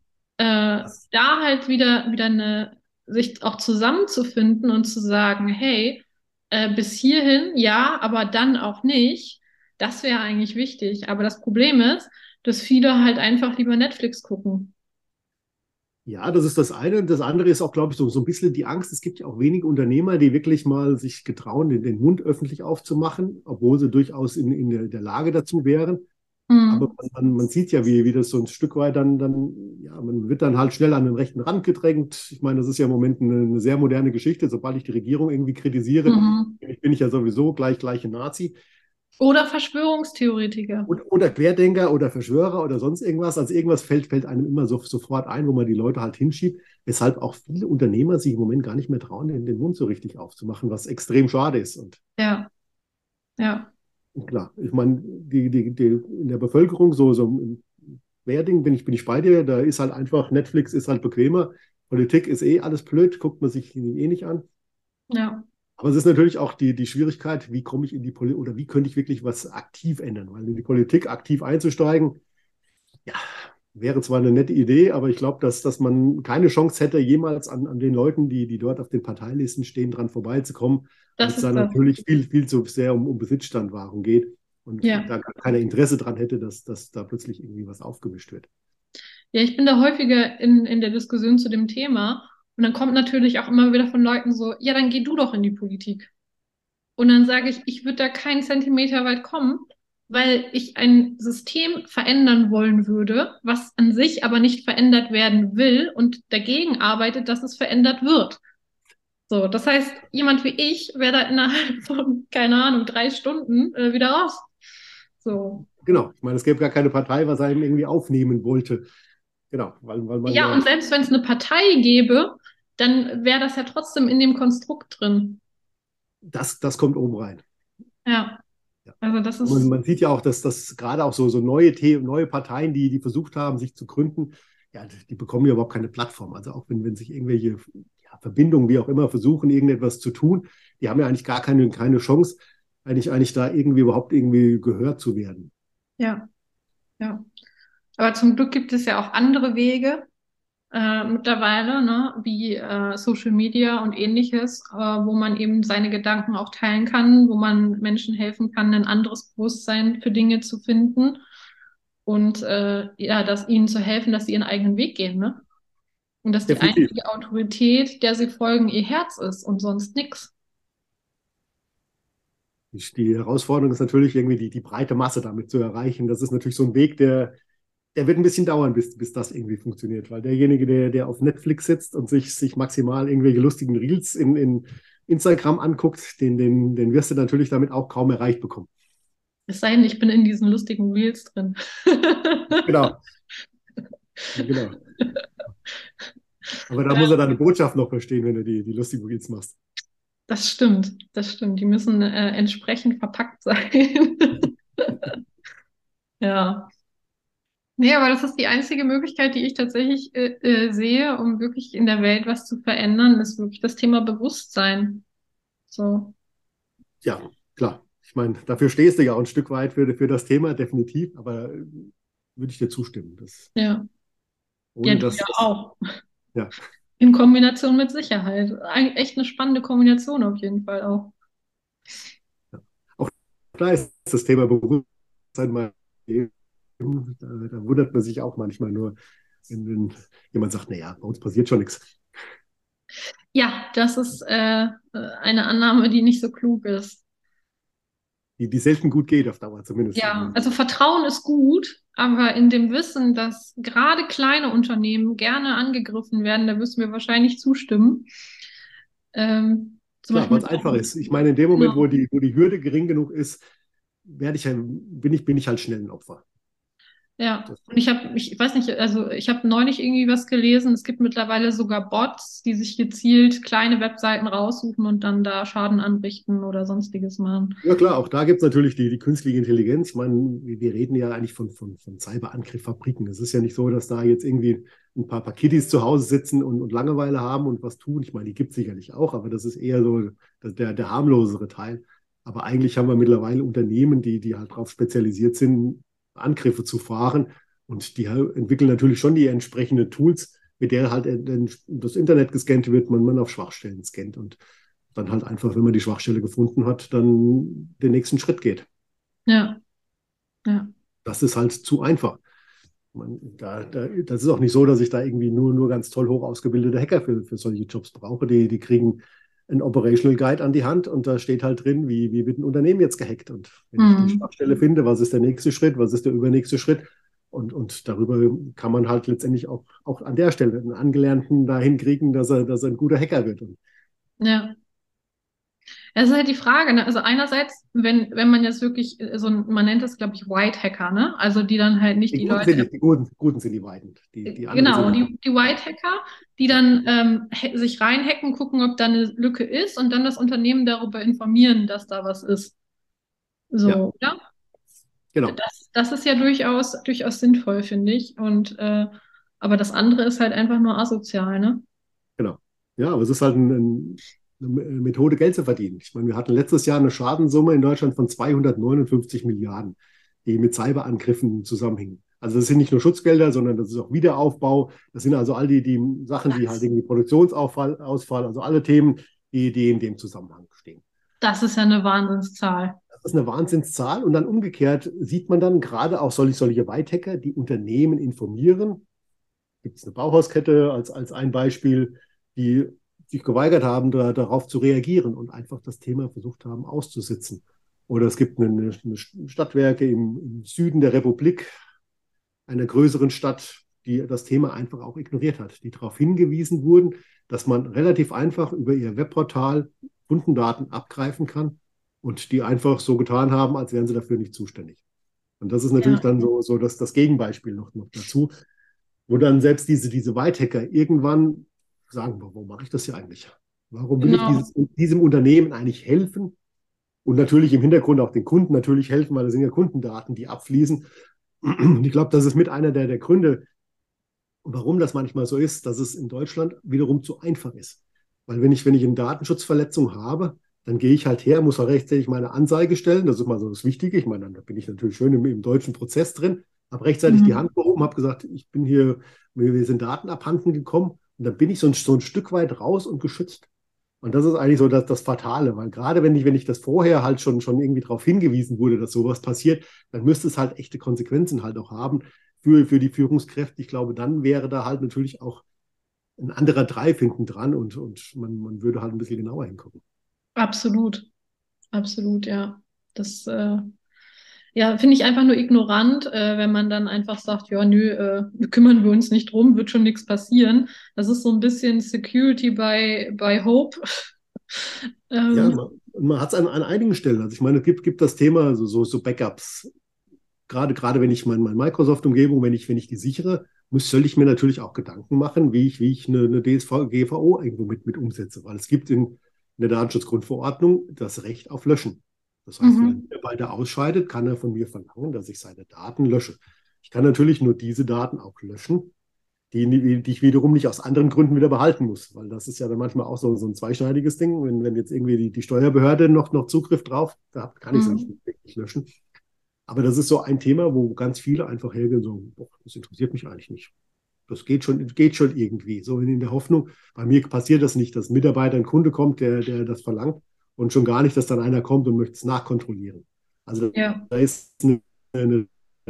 da halt wieder sich auch zusammenzufinden und zu sagen, hey, Bis hierhin, ja, aber dann auch nicht. Das wäre eigentlich wichtig. Aber das Problem ist, dass viele halt einfach lieber Netflix gucken. Ja, das ist das eine. Das andere ist auch, glaube ich, so ein bisschen die Angst. Es gibt ja auch wenige Unternehmer, die wirklich mal sich getrauen, den Mund öffentlich aufzumachen, obwohl sie durchaus in der Lage dazu wären. Aber Mhm. man sieht ja, wie das so ein Stück weit ja, man wird dann halt schnell an den rechten Rand gedrängt. Ich meine, das ist ja im Moment eine sehr moderne Geschichte. Sobald ich die Regierung irgendwie kritisiere, Mhm. bin ich ja sowieso gleich ein Nazi. Oder Verschwörungstheoretiker. Oder Querdenker oder Verschwörer oder sonst irgendwas. Also irgendwas fällt einem immer sofort ein, wo man die Leute halt hinschiebt. Weshalb auch viele Unternehmer sich im Moment gar nicht mehr trauen, den Mund so richtig aufzumachen, was extrem schade ist. Und Ja, ja, klar, ich meine, in der Bevölkerung, so im Querding bin ich bei dir, da ist halt einfach, Netflix ist halt bequemer, Politik ist eh alles blöd, guckt man sich eh nicht an. ja. Aber es ist natürlich auch die Schwierigkeit, wie komme ich in die Politik oder wie könnte ich wirklich was aktiv ändern? Weil in die Politik aktiv einzusteigen, ja, wäre zwar eine nette Idee, aber ich glaube, dass man keine Chance hätte, jemals an den Leuten, die dort auf den Parteilisten stehen, dran vorbeizukommen, weil Das es da ist das. natürlich viel zu sehr um Besitzstandwahrung geht und Ja. da gar keiner Interesse dran hätte, dass da plötzlich irgendwie was aufgemischt wird. Ja, ich bin da häufiger in der Diskussion zu dem Thema. Und dann kommt natürlich auch immer wieder von Leuten so, ja, dann geh du doch in die Politik. Und dann sage ich würde da keinen Zentimeter weit kommen, weil ich ein System verändern wollen würde, was an sich aber nicht verändert werden will und dagegen arbeitet, dass es verändert wird. So, das heißt, jemand wie ich wäre da innerhalb von, keine Ahnung, 3 Stunden wieder raus. So. Genau, ich meine, es gäbe gar keine Partei, was einem irgendwie aufnehmen wollte. Genau, weil man Ja, ja, und selbst wenn es eine Partei gäbe, dann wäre das ja trotzdem in dem Konstrukt drin. das kommt oben rein. Ja, Ja. also das ist, Man sieht ja auch, dass gerade auch so neue Parteien, die versucht haben, sich zu gründen, ja, die bekommen ja überhaupt keine Plattform. Also auch wenn sich irgendwelche ja, Verbindungen, wie auch immer, versuchen, irgendetwas zu tun, die haben ja eigentlich gar keine Chance, eigentlich da irgendwie überhaupt irgendwie gehört zu werden. ja, ja. Aber zum Glück gibt es ja auch andere Wege mittlerweile, ne, wie Social Media und ähnliches, wo man eben seine Gedanken auch teilen kann, wo man Menschen helfen kann, ein anderes Bewusstsein für Dinge zu finden und ja, dass ihnen zu helfen, dass sie ihren eigenen Weg gehen, ne? Und dass die Definitiv. einzige Autorität, der sie folgen, ihr Herz ist und sonst nix. Die Herausforderung ist natürlich irgendwie die breite Masse damit zu erreichen. Das ist natürlich so ein Weg, der wird ein bisschen dauern, bis das irgendwie funktioniert, weil derjenige, der auf Netflix sitzt und sich maximal irgendwelche lustigen Reels in Instagram anguckt, den wirst du natürlich damit auch kaum erreicht bekommen. Es sei denn, ich bin in diesen lustigen Reels drin. Genau, genau. Aber da muss er deine Botschaft noch verstehen, wenn du die lustigen Reels machst. Das stimmt, das stimmt. Die müssen entsprechend verpackt sein. Ja. Nee, aber das ist die einzige Möglichkeit, die ich tatsächlich sehe, um wirklich in der Welt was zu verändern, ist wirklich das Thema Bewusstsein. So, Ja, klar. Ich meine, dafür stehst du ja auch ein Stück weit für das Thema, definitiv, aber würde ich dir zustimmen. ja. Ja, Ohne du ja das, auch. ja. In Kombination mit Sicherheit. Echt eine spannende Kombination auf jeden Fall auch. Ja. Auch da ist das Thema Bewusstsein mal, da wundert man sich auch manchmal nur, wenn jemand sagt, naja, bei uns passiert schon nichts. Ja, das ist eine Annahme, die nicht so klug ist. Die selten gut geht auf Dauer zumindest. Ja, also Vertrauen ist gut, aber in dem Wissen, dass gerade kleine Unternehmen gerne angegriffen werden, da müssen wir wahrscheinlich zustimmen. Zum Klar, Beispiel weil mit es einfach ist. Ich meine, in dem genau. Moment, wo die Hürde gering genug ist, bin ich halt schnell ein Opfer. Ja, Das, und ich weiß nicht, also ich habe neulich irgendwie was gelesen. Es gibt mittlerweile sogar Bots, die sich gezielt kleine Webseiten raussuchen und dann da Schaden anrichten oder sonstiges machen. ja klar, auch da gibt es natürlich die künstliche Intelligenz. Ich meine, wir reden ja eigentlich von Cyberangrifffabriken. Es ist ja nicht so, dass da jetzt irgendwie ein paar Kiddies zu Hause sitzen und Langeweile haben und was tun. Ich meine, die gibt es sicherlich auch, aber das ist eher so der harmlosere Teil. Aber eigentlich haben wir mittlerweile Unternehmen, die halt darauf spezialisiert sind, Angriffe zu fahren. Und die entwickeln natürlich schon die entsprechenden Tools, mit der halt das Internet gescannt wird, man auf Schwachstellen scannt. Und dann halt einfach, wenn man die Schwachstelle gefunden hat, dann den nächsten Schritt geht. Ja, ja. Das ist halt zu einfach. Das ist auch nicht so, dass ich da irgendwie nur ganz toll hoch ausgebildete Hacker für solche Jobs brauche. Die kriegen einen Operational Guide an die Hand und da steht halt drin, wie wird ein Unternehmen jetzt gehackt. Und wenn ich die Schwachstelle finde, was ist der nächste Schritt, was ist der übernächste Schritt? Und darüber kann man halt letztendlich auch an der Stelle einen Angelernten dahin kriegen, dass er ein guter Hacker wird. Ja. Es ist halt die Frage, ne? Also einerseits, wenn man jetzt wirklich man nennt das, glaube ich, White Hacker, ne? Also die dann halt nicht die Leute. Die Guten sind die Weiden. Die Genau, sind die White Hacker, die dann sich reinhacken, gucken, ob da eine Lücke ist und dann das Unternehmen darüber informieren, dass da was ist. So, ja? Genau. Das ist ja durchaus sinnvoll, finde ich. Aber das andere ist halt einfach nur asozial, ne? Genau. Ja, aber es ist halt eine Methode, Geld zu verdienen. Ich meine, wir hatten letztes Jahr eine Schadenssumme in Deutschland von 259 Milliarden, die mit Cyberangriffen zusammenhingen. Also das sind nicht nur Schutzgelder, sondern das ist auch Wiederaufbau. Das sind also all die Sachen, die halt irgendwie Produktionsausfall, also alle Themen, die in dem Zusammenhang stehen. Das ist ja eine Wahnsinnszahl. Das ist eine Wahnsinnszahl. Und dann umgekehrt sieht man dann gerade auch solche White-Hacker, die Unternehmen informieren. Gibt es eine Bauhauskette als ein Beispiel, die sich geweigert haben, darauf zu reagieren und einfach das Thema versucht haben auszusitzen. Oder es gibt eine Stadtwerke im Süden der Republik, einer größeren Stadt, die das Thema einfach auch ignoriert hat, die darauf hingewiesen wurden, dass man relativ einfach über ihr Webportal Kundendaten abgreifen kann und die einfach so getan haben, als wären sie dafür nicht zuständig. Und das ist natürlich dann so das Gegenbeispiel noch dazu, wo dann selbst diese White-Hacker irgendwann sagen, warum mache ich das hier eigentlich? Warum will ich diesem Unternehmen eigentlich helfen? Und natürlich im Hintergrund auch den Kunden natürlich helfen, weil das sind ja Kundendaten, die abfließen. Und ich glaube, das ist mit einer der Gründe, warum das manchmal so ist, dass es in Deutschland wiederum zu einfach ist. Weil wenn ich eine Datenschutzverletzung habe, dann gehe ich halt her, muss halt rechtzeitig meine Anzeige stellen. Das ist mal so das Wichtige. Ich meine, da bin ich natürlich schön im deutschen Prozess drin, habe rechtzeitig die Hand gehoben, habe gesagt, ich bin hier, wir sind Daten abhanden gekommen. Und dann bin ich so ein Stück weit raus und geschützt. Und das ist eigentlich so das Fatale, weil gerade wenn ich das vorher halt schon irgendwie darauf hingewiesen wurde, dass sowas passiert, dann müsste es halt echte Konsequenzen halt auch haben für die Führungskräfte. Ich glaube, dann wäre da halt natürlich auch ein anderer Drive hinten dran und man würde halt ein bisschen genauer hingucken. Absolut. Absolut, ja. Das finde ich einfach nur ignorant, wenn man dann einfach sagt, ja, nö, kümmern wir uns nicht drum, wird schon nichts passieren. Das ist so ein bisschen Security by Hope. Ja, man hat es an einigen Stellen. Also ich meine, es gibt das Thema so Backups. Gerade wenn ich meine Microsoft-Umgebung, wenn ich die sichere, soll ich mir natürlich auch Gedanken machen, wie ich eine DSGVO irgendwo mit umsetze. Weil es gibt in der Datenschutzgrundverordnung das Recht auf Löschen. Das heißt, wenn ein Mitarbeiter ausscheidet, kann er von mir verlangen, dass ich seine Daten lösche. Ich kann natürlich nur diese Daten auch löschen, die ich wiederum nicht aus anderen Gründen wieder behalten muss. Weil das ist ja dann manchmal auch so ein zweischneidiges Ding. Wenn jetzt irgendwie die Steuerbehörde noch Zugriff drauf hat, kann ich sie nicht wirklich löschen. Aber das ist so ein Thema, wo ganz viele einfach hergehen und sagen, boah, das interessiert mich eigentlich nicht. Das geht schon irgendwie. So in der Hoffnung, bei mir passiert das nicht, dass ein Mitarbeiter, ein Kunde kommt, der das verlangt und schon gar nicht, dass dann einer kommt und möchte es nachkontrollieren. Also da ist eine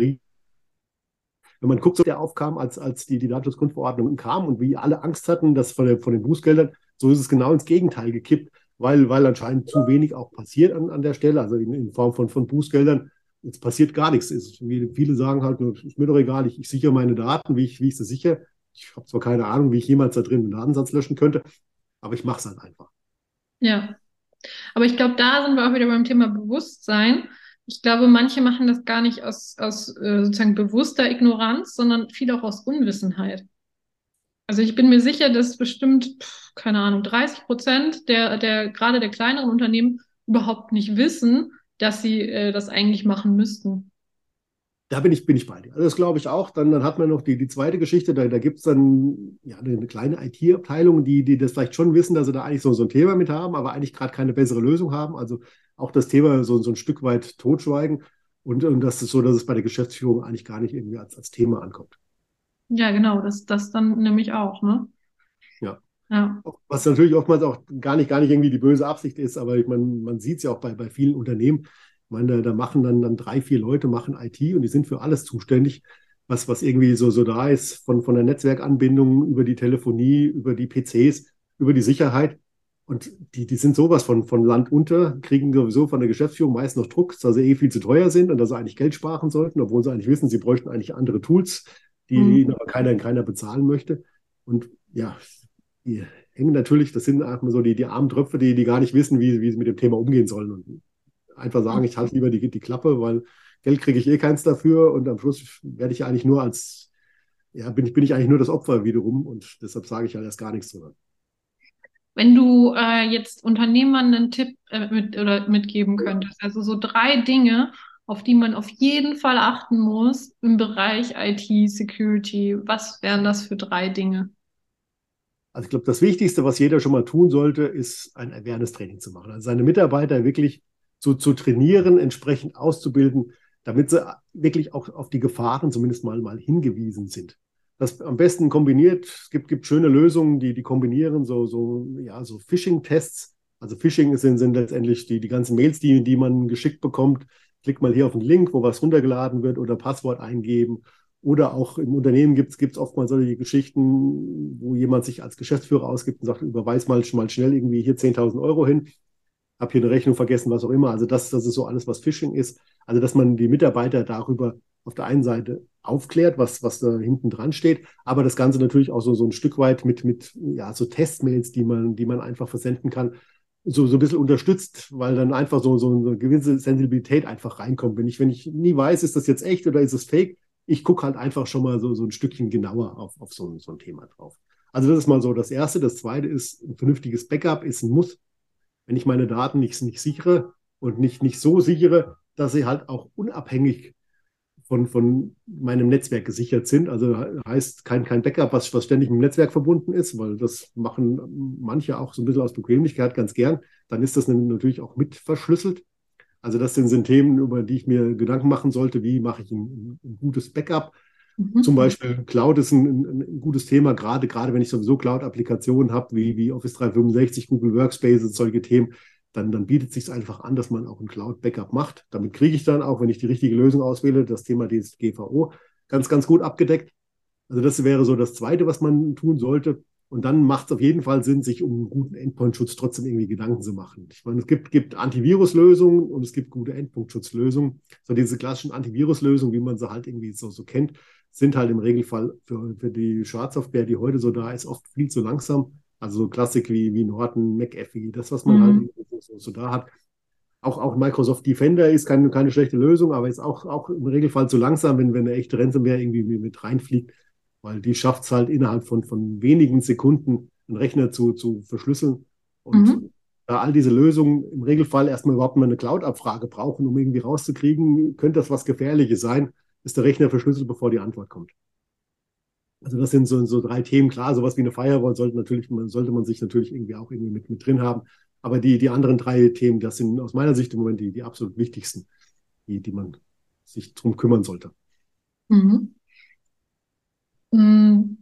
wenn man guckt, so der aufkam, als die Datenschutzgrundverordnung kam und wie alle Angst hatten, dass von den Bußgeldern, so ist es genau ins Gegenteil gekippt, weil anscheinend zu wenig auch passiert an der Stelle, also in Form von Bußgeldern. Jetzt passiert gar nichts. Viele sagen halt, ist mir doch egal, ich sichere meine Daten, wie ich sie sichere. Ich habe zwar keine Ahnung, wie ich jemals da drin einen Datensatz löschen könnte, aber ich mache es halt einfach. Ja, aber ich glaube, da sind wir auch wieder beim Thema Bewusstsein. Ich glaube, manche machen das gar nicht aus sozusagen bewusster Ignoranz, sondern viel auch aus Unwissenheit. Also ich bin mir sicher, dass bestimmt, keine Ahnung, 30% der gerade der kleineren Unternehmen überhaupt nicht wissen, dass sie das eigentlich machen müssten. Da bin ich bei dir. Also das glaube ich auch. Dann hat man noch die zweite Geschichte. Da gibt es dann ja, eine kleine IT-Abteilung, die das vielleicht schon wissen, dass sie da eigentlich so ein Thema mit haben, aber eigentlich gerade keine bessere Lösung haben. Also auch das Thema so ein Stück weit totschweigen. Und das ist so, dass es bei der Geschäftsführung eigentlich gar nicht irgendwie als Thema ankommt. Ja, genau, das dann nämlich auch, ne? Ja. Ja. Was natürlich oftmals auch gar nicht irgendwie die böse Absicht ist, aber ich meine, man sieht es ja auch bei vielen Unternehmen. Ich meine, da machen dann 3, 4 Leute machen IT und die sind für alles zuständig, was irgendwie so da ist, von der Netzwerkanbindung über die Telefonie, über die PCs, über die Sicherheit. Und die sind sowas von Land unter, kriegen sowieso von der Geschäftsführung meist noch Druck, dass sie viel zu teuer sind und dass sie eigentlich Geld sparen sollten, obwohl sie eigentlich wissen, sie bräuchten eigentlich andere Tools, die ihnen aber keiner bezahlen möchte. Und ja, die hängen natürlich, das sind einfach so die armen Tröpfe, die gar nicht wissen, wie sie mit dem Thema umgehen sollen. Und einfach sagen, ich halte lieber die Klappe, weil Geld kriege ich eh keins dafür und am Schluss werde ich eigentlich nur bin ich eigentlich nur das Opfer wiederum und deshalb sage ich halt erst gar nichts drüber. Wenn du jetzt Unternehmern einen Tipp mitgeben könntest, also so 3 Dinge, auf die man auf jeden Fall achten muss im Bereich IT, Security, was wären das für 3 Dinge? Also ich glaube, das Wichtigste, was jeder schon mal tun sollte, ist ein Awareness-Training zu machen. Also seine Mitarbeiter wirklich zu trainieren, entsprechend auszubilden, damit sie wirklich auch auf die Gefahren zumindest mal hingewiesen sind. Das am besten kombiniert. Es gibt schöne Lösungen, die kombinieren, so Phishing-Tests. Also Phishing sind letztendlich die ganzen Mails, die man geschickt bekommt. Klick mal hier auf den Link, wo was runtergeladen wird oder Passwort eingeben. Oder auch im Unternehmen gibt es oftmals solche Geschichten, wo jemand sich als Geschäftsführer ausgibt und sagt, überweis mal schnell irgendwie hier 10.000 Euro hin, habe hier eine Rechnung vergessen, was auch immer. Also das ist so alles, was Phishing ist. Also dass man die Mitarbeiter darüber auf der einen Seite aufklärt, was da hinten dran steht, aber das Ganze natürlich auch so ein Stück weit mit so Testmails, die man einfach versenden kann, so ein bisschen unterstützt, weil dann einfach so eine gewisse Sensibilität einfach reinkommt. Wenn ich nie weiß, ist das jetzt echt oder ist es fake, ich gucke halt einfach schon mal so ein Stückchen genauer auf so ein Thema drauf. Also das ist mal so das Erste. Das Zweite ist, ein vernünftiges Backup ist ein Muss. Wenn ich meine Daten nicht sichere und nicht so sichere, dass sie halt auch unabhängig von meinem Netzwerk gesichert sind. Also heißt kein Backup, was ständig mit dem Netzwerk verbunden ist, weil das machen manche auch so ein bisschen aus Bequemlichkeit ganz gern. Dann ist das natürlich auch mit verschlüsselt. Also das sind Themen, über die ich mir Gedanken machen sollte. Wie mache ich ein gutes Backup? Zum Beispiel Cloud ist ein gutes Thema, gerade wenn ich sowieso Cloud-Applikationen habe, wie Office 365, Google Workspaces, solche Themen, dann bietet es sich einfach an, dass man auch ein Cloud-Backup macht. Damit kriege ich dann auch, wenn ich die richtige Lösung auswähle, das Thema DSGVO ganz gut abgedeckt. Also das wäre so das Zweite, was man tun sollte. Und dann macht es auf jeden Fall Sinn, sich um einen guten Endpointschutz trotzdem irgendwie Gedanken zu machen. Ich meine, es gibt Antiviruslösungen und es gibt gute Endpunktschutzlösungen. So diese klassischen Antiviruslösungen, wie man sie halt irgendwie so kennt, sind halt im Regelfall für die Schadsoftware, die heute so da ist, oft viel zu langsam. Also so Klassik wie Norton, McAfee, das, was man halt so da hat. Auch Microsoft Defender ist keine schlechte Lösung, aber ist auch im Regelfall zu langsam, wenn eine echte Ransomware irgendwie mit reinfliegt, weil die schafft es halt innerhalb von wenigen Sekunden, einen Rechner zu verschlüsseln. Und da all diese Lösungen im Regelfall erstmal überhaupt mal eine Cloud-Abfrage brauchen, um irgendwie rauszukriegen, könnte das was Gefährliches sein, ist der Rechner verschlüsselt, bevor die Antwort kommt. Also das sind so 3 Themen. Klar, sowas wie eine Firewall sollte man sich natürlich irgendwie auch irgendwie mit drin haben. Aber die anderen 3 Themen, das sind aus meiner Sicht im Moment die absolut wichtigsten, die man sich drum kümmern sollte. Mhm. Mm,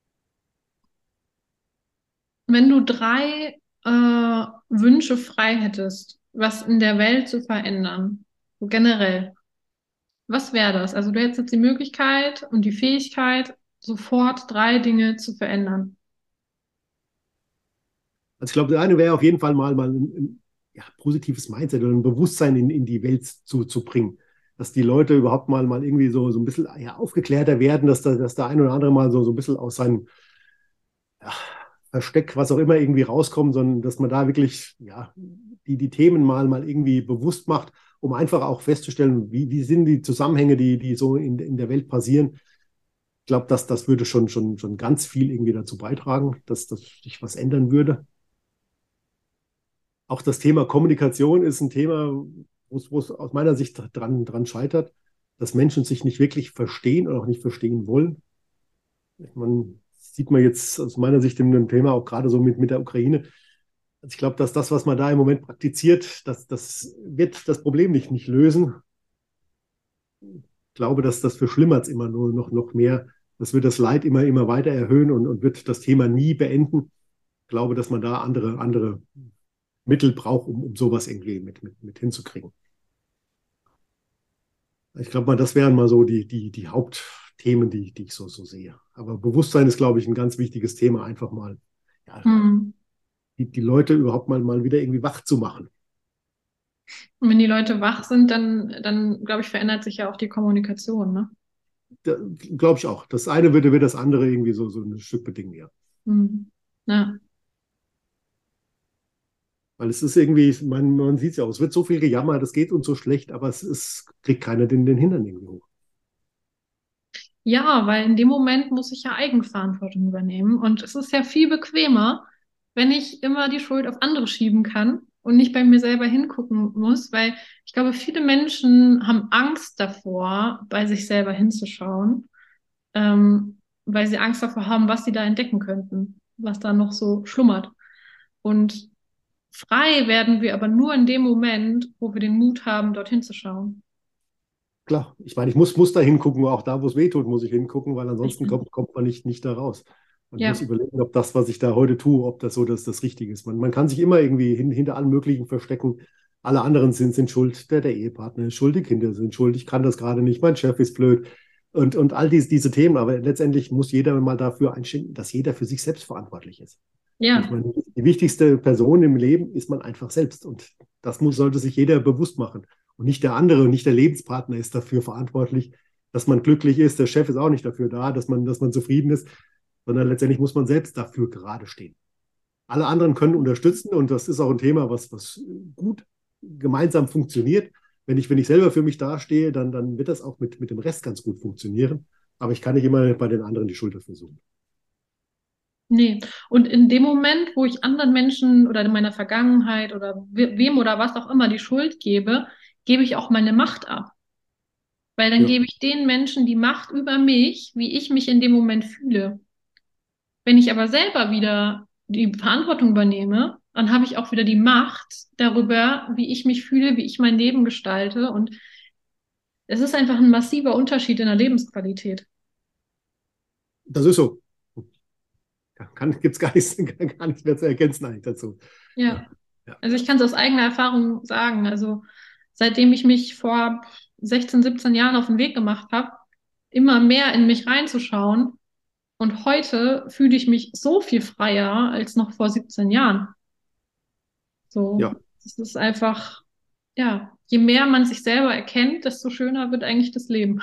Wenn du 3 Wünsche frei hättest, was in der Welt zu verändern, so generell, was wäre das? Also du hättest jetzt die Möglichkeit und die Fähigkeit, sofort 3 Dinge zu verändern. Also ich glaube, der eine wäre auf jeden Fall mal ein positives Mindset oder ein Bewusstsein in die Welt zu bringen. Dass die Leute überhaupt mal irgendwie so ein bisschen aufgeklärter werden, dass der ein oder andere mal so ein bisschen aus seinem Versteck, was auch immer, irgendwie rauskommt, sondern dass man da wirklich die Themen mal irgendwie bewusst macht, um einfach auch festzustellen, wie sind die Zusammenhänge, die so in der Welt passieren. Ich glaube, das würde schon ganz viel irgendwie dazu beitragen, dass sich was ändern würde. Auch das Thema Kommunikation ist ein Thema, wo es aus meiner Sicht dran scheitert, dass Menschen sich nicht wirklich verstehen oder auch nicht verstehen wollen. Man sieht man jetzt aus meiner Sicht in dem Thema auch gerade so mit der Ukraine. Also ich glaube, dass das, was man da im Moment praktiziert, das wird das Problem nicht lösen. Ich glaube, dass das verschlimmert es immer nur noch mehr. Das wird das Leid immer weiter erhöhen und wird das Thema nie beenden. glaube, dass man da andere Mittel braucht, um sowas irgendwie mit hinzukriegen. Ich glaube mal, das wären mal so die Hauptthemen, die ich so sehe. Aber Bewusstsein ist, glaube ich, ein ganz wichtiges Thema, einfach mal ja, Hm. die Leute überhaupt mal wieder irgendwie wach zu machen. Und wenn die Leute wach sind, dann glaube ich, verändert sich ja auch die Kommunikation, ne? Glaube ich auch. Das eine wird das andere irgendwie so ein Stück bedingen, ja. Hm. Ja. Weil es ist irgendwie, man sieht es ja auch, es wird so viel gejammert, es geht uns so schlecht, aber kriegt keiner den Hintern irgendwie hoch. Ja, weil in dem Moment muss ich ja Eigenverantwortung übernehmen. Und es ist ja viel bequemer, wenn ich immer die Schuld auf andere schieben kann und nicht bei mir selber hingucken muss, weil ich glaube, viele Menschen haben Angst davor, bei sich selber hinzuschauen, weil sie Angst davor haben, was sie da entdecken könnten, was da noch so schlummert. Und frei werden wir aber nur in dem Moment, wo wir den Mut haben, dorthin zu schauen. Klar, ich meine, ich muss da hingucken, auch da, wo es weh tut, muss ich hingucken, weil ansonsten Richtig. kommt man nicht da raus. Man muss Ja, überlegen, ob das, was ich da heute tue, ob das so das Richtige ist. Man kann sich immer irgendwie hinter allen möglichen verstecken. Alle anderen sind schuld, der Ehepartner ist schuld, die Kinder sind schuld, ich kann das gerade nicht, mein Chef ist blöd und all diese Themen. Aber letztendlich muss jeder mal dafür einstehen, dass jeder für sich selbst verantwortlich ist. Und ich ja, meine, die wichtigste Person im Leben ist man einfach selbst. Und sollte sich jeder bewusst machen. Und nicht der andere und nicht der Lebenspartner ist dafür verantwortlich, dass man glücklich ist. Der Chef ist auch nicht dafür da, dass man zufrieden ist, sondern letztendlich muss man selbst dafür gerade stehen. Alle anderen können unterstützen und das ist auch ein Thema, was gut gemeinsam funktioniert. Wenn ich selber für mich dastehe, dann wird das auch mit dem Rest ganz gut funktionieren. Aber ich kann nicht immer bei den anderen die Schuld dafür suchen. nee. Und in dem Moment, wo ich anderen Menschen oder in meiner Vergangenheit oder wem oder was auch immer die Schuld gebe, gebe ich auch meine Macht ab. Weil dann Ja, gebe ich den Menschen die Macht über mich, wie ich mich in dem Moment fühle. Wenn ich aber selber wieder die Verantwortung übernehme, dann habe ich auch wieder die Macht darüber, wie ich mich fühle, wie ich mein Leben gestalte. Und es ist einfach ein massiver Unterschied in der Lebensqualität. das ist so. Gibt es gar nichts mehr zu ergänzen eigentlich dazu. Ja, Ja. ja. Also ich kann es aus eigener Erfahrung sagen. Also seitdem ich mich vor 16, 17 Jahren auf den Weg gemacht habe, immer mehr in mich reinzuschauen. Und heute fühle ich mich so viel freier als noch vor 17 Jahren. So, Ja, es ist einfach, ja, je mehr man sich selber erkennt, desto schöner wird eigentlich das Leben.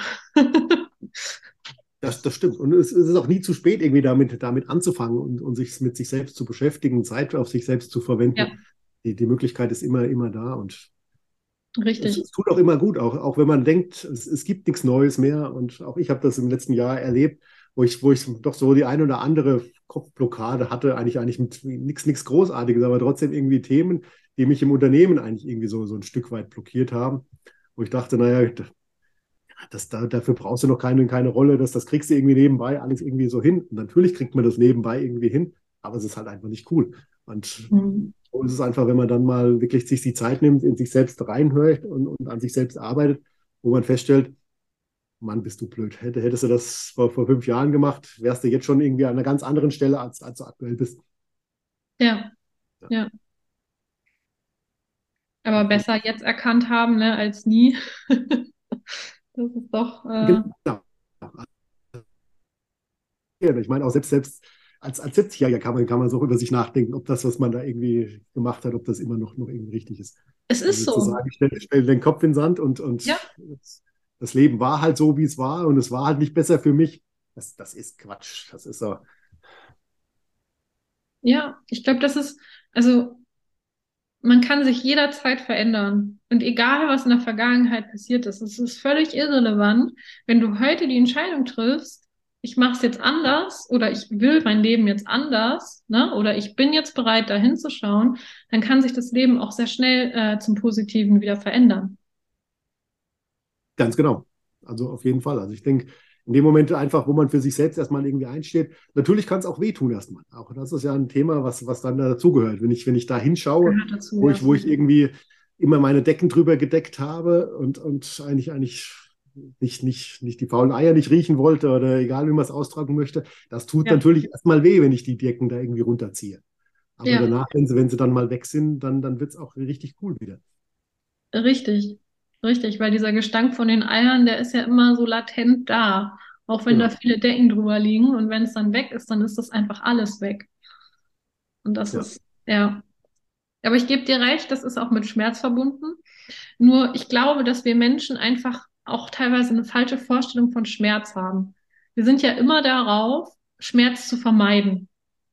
das stimmt. Und es ist auch nie zu spät, irgendwie damit anzufangen und sich mit sich selbst zu beschäftigen, Zeit auf sich selbst zu Ja, verwenden. Die Möglichkeit ist immer da und richtig. es tut auch immer gut, auch wenn man denkt, es gibt nichts Neues mehr. Und auch ich habe das im letzten Jahr erlebt, wo ich doch so die ein oder andere Kopfblockade hatte, eigentlich mit nichts Großartiges, aber trotzdem irgendwie Themen, die mich im Unternehmen eigentlich irgendwie so ein Stück weit blockiert haben, wo ich dachte, naja, dafür brauchst du noch keine Rolle, das kriegst du irgendwie nebenbei alles irgendwie so hin. Und natürlich kriegt man das nebenbei irgendwie hin, aber es ist halt einfach nicht cool. Und Mhm. so ist es einfach, wenn man dann mal wirklich sich die Zeit nimmt, in sich selbst reinhört und an sich selbst arbeitet, wo man feststellt, Mann, bist du blöd. Hättest du das vor 5 Jahren gemacht, wärst du jetzt schon irgendwie an einer ganz anderen Stelle, als du aktuell bist. Ja, Ja. ja. Aber besser jetzt erkannt haben, ne, als nie. Das ist doch, Genau. Ja, ich meine, auch selbst als 70-Jähriger kann man so über sich nachdenken, ob das, was man da irgendwie gemacht hat, ob das immer noch irgendwie richtig ist. es ist Also zu so. sagen, ich stell den Kopf in den Sand und Ja, das Leben war halt so, wie es war und es war halt nicht besser für mich, das ist Quatsch. Das ist so. ja. Ich glaube, also man kann sich jederzeit verändern. Und egal, was in der Vergangenheit passiert ist, es ist völlig irrelevant, wenn du heute die Entscheidung triffst, ich mache es jetzt anders oder ich will mein Leben jetzt anders, ne? Oder ich bin jetzt bereit, da hinzuschauen, dann kann sich das Leben auch sehr schnell zum Positiven wieder verändern. Ganz genau. Also auf jeden Fall. Also ich denke, in dem Moment einfach, wo man für sich selbst erstmal irgendwie einsteht, natürlich kann es auch wehtun erstmal. Auch das ist ja ein Thema, was dann dazugehört. Wenn ich da hinschaue, Gehört dazu, wo ja. ich irgendwie immer meine Decken drüber gedeckt habe und eigentlich nicht die faulen Eier nicht riechen wollte oder egal, wie man es austragen möchte, das tut Ja, natürlich erstmal weh, wenn ich die Decken da irgendwie runterziehe. Aber Ja, danach, wenn sie dann mal weg sind, dann wird es auch richtig cool wieder. richtig. Richtig, weil dieser Gestank von den Eiern, der ist ja immer so latent da. Auch wenn da Genau. viele Decken drüber liegen und wenn es dann weg ist, dann ist das einfach alles weg. Und das Ja. ist, ja. Aber ich gebe dir recht, das ist auch mit Schmerz verbunden. Nur ich glaube, dass wir Menschen einfach auch teilweise eine falsche Vorstellung von Schmerz haben. Wir sind ja immer darauf, Schmerz zu vermeiden.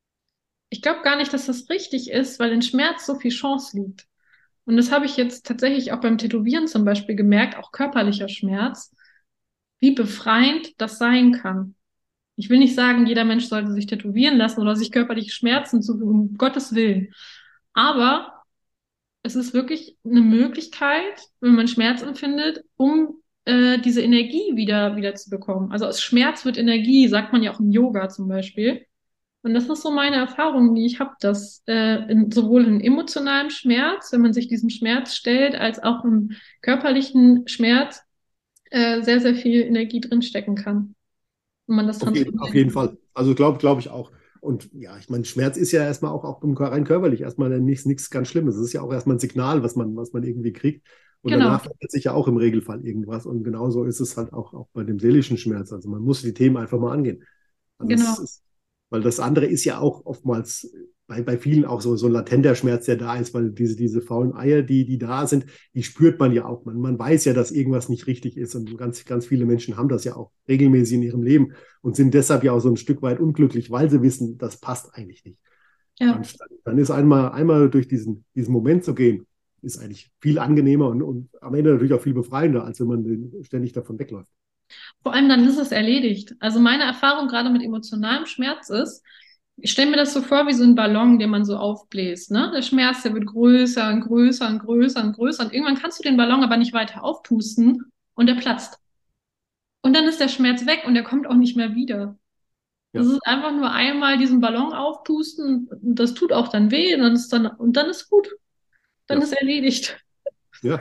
Ich glaube gar nicht, dass das richtig ist, weil in Schmerz so viel Chance liegt. Und das habe ich jetzt tatsächlich auch beim Tätowieren zum Beispiel gemerkt, auch körperlicher Schmerz, wie befreiend das sein kann. Ich will nicht sagen, jeder Mensch sollte sich tätowieren lassen oder sich körperliche Schmerzen zufügen, um Gottes Willen. Aber es ist wirklich eine Möglichkeit, wenn man Schmerz empfindet, um diese Energie wieder zu bekommen. Also aus Schmerz wird Energie, sagt man ja auch im Yoga zum Beispiel. Und das ist so meine Erfahrung, die ich habe, dass sowohl in emotionalem Schmerz, wenn man sich diesem Schmerz stellt, als auch im körperlichen Schmerz sehr, sehr viel Energie drinstecken kann, wenn man das Auf transformieren jeden kann. Fall. Also glaube ich auch. Und ja, ich meine, Schmerz ist ja erstmal auch rein körperlich erstmal nichts ganz Schlimmes. Es ist ja auch erstmal ein Signal, was man irgendwie kriegt. Und Genau, danach verändert sich ja auch im Regelfall irgendwas. Und genauso ist es halt auch bei dem seelischen Schmerz. Also man muss die Themen einfach mal angehen. Also genau. weil das andere ist ja auch oftmals bei vielen auch so ein latenter Schmerz, der da ist, weil diese faulen Eier, die da sind, die spürt man ja auch. Man weiß ja, dass irgendwas nicht richtig ist und ganz viele Menschen haben das ja auch regelmäßig in ihrem Leben und sind deshalb ja auch so ein Stück weit unglücklich, weil sie wissen, das passt eigentlich nicht. Ja, Und dann ist einmal durch diesen Moment zu gehen, ist eigentlich viel angenehmer und am Ende natürlich auch viel befreiender, als wenn man ständig davon wegläuft. vor allem dann ist es erledigt. Also meine Erfahrung gerade mit emotionalem Schmerz ist, ich stelle mir das so vor wie so ein Ballon, den man so aufbläst, ne? Der Schmerz, der wird größer und größer und größer und größer und irgendwann kannst du den Ballon aber nicht weiter aufpusten und der platzt. Und dann ist der Schmerz weg und der kommt auch nicht mehr wieder. Das Ja, ist einfach nur einmal diesen Ballon aufpusten und das tut auch dann weh und dann ist gut. Dann ja, ist erledigt. ja.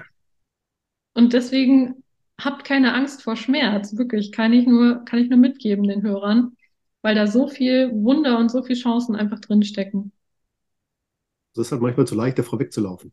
Und deswegen habt keine Angst vor Schmerz. Wirklich, kann ich nur mitgeben den Hörern, weil da so viel Wunder und so viel Chancen einfach drinstecken. Das ist halt manchmal zu leicht, davor wegzulaufen.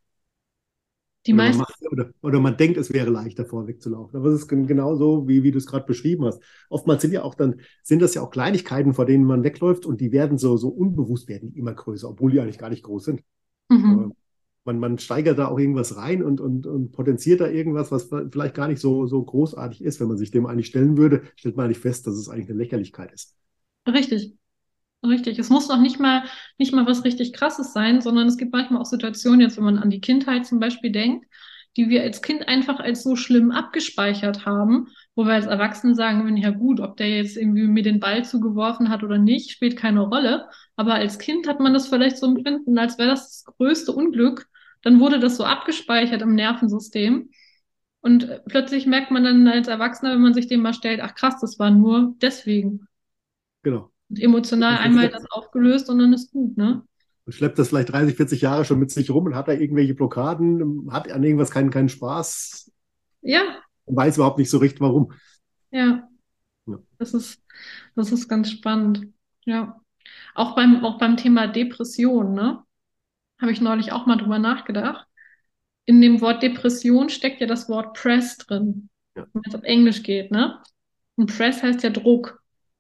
Die Oder man meisten, macht, oder man denkt, es wäre leicht, davor wegzulaufen. Aber es ist genau so, wie du es gerade beschrieben hast. Oftmals sind das ja auch Kleinigkeiten, vor denen man wegläuft und die werden so unbewusst werden die immer größer, obwohl die eigentlich gar nicht groß sind. Aber mhm, man steigert da auch irgendwas rein und potenziert da irgendwas, was vielleicht gar nicht so großartig ist. Wenn man sich dem eigentlich stellen würde, stellt man eigentlich fest, dass es eigentlich eine Lächerlichkeit ist. richtig, richtig. Es muss noch nicht mal was richtig Krasses sein, sondern es gibt manchmal auch Situationen, jetzt wenn man an die Kindheit zum Beispiel denkt, die wir als Kind einfach als so schlimm abgespeichert haben, wo wir als Erwachsene sagen würden, ja gut, ob der jetzt irgendwie mir den Ball zugeworfen hat oder nicht, spielt keine Rolle. Aber als Kind hat man das vielleicht so empfinden, als wäre das das größte Unglück. Dann wurde das so abgespeichert im Nervensystem. Und plötzlich merkt man dann als Erwachsener, wenn man sich dem mal stellt, ach krass, das war nur deswegen. Genau. Und emotional Man einmal schleppt, das aufgelöst und dann ist gut, ne? man schleppt das vielleicht 30, 40 Jahre schon mit sich rum und hat da irgendwelche Blockaden, hat an irgendwas keinen Spaß Ja, und weiß überhaupt nicht so recht, warum. ja, Ja. das ist, das ist ganz spannend. Ja. Auch beim Thema Depression, ne? Habe ich neulich auch mal drüber nachgedacht. In dem Wort Depression steckt ja das Wort Press drin, Ja. wenn es auf Englisch geht, ne? Und Press heißt ja Druck.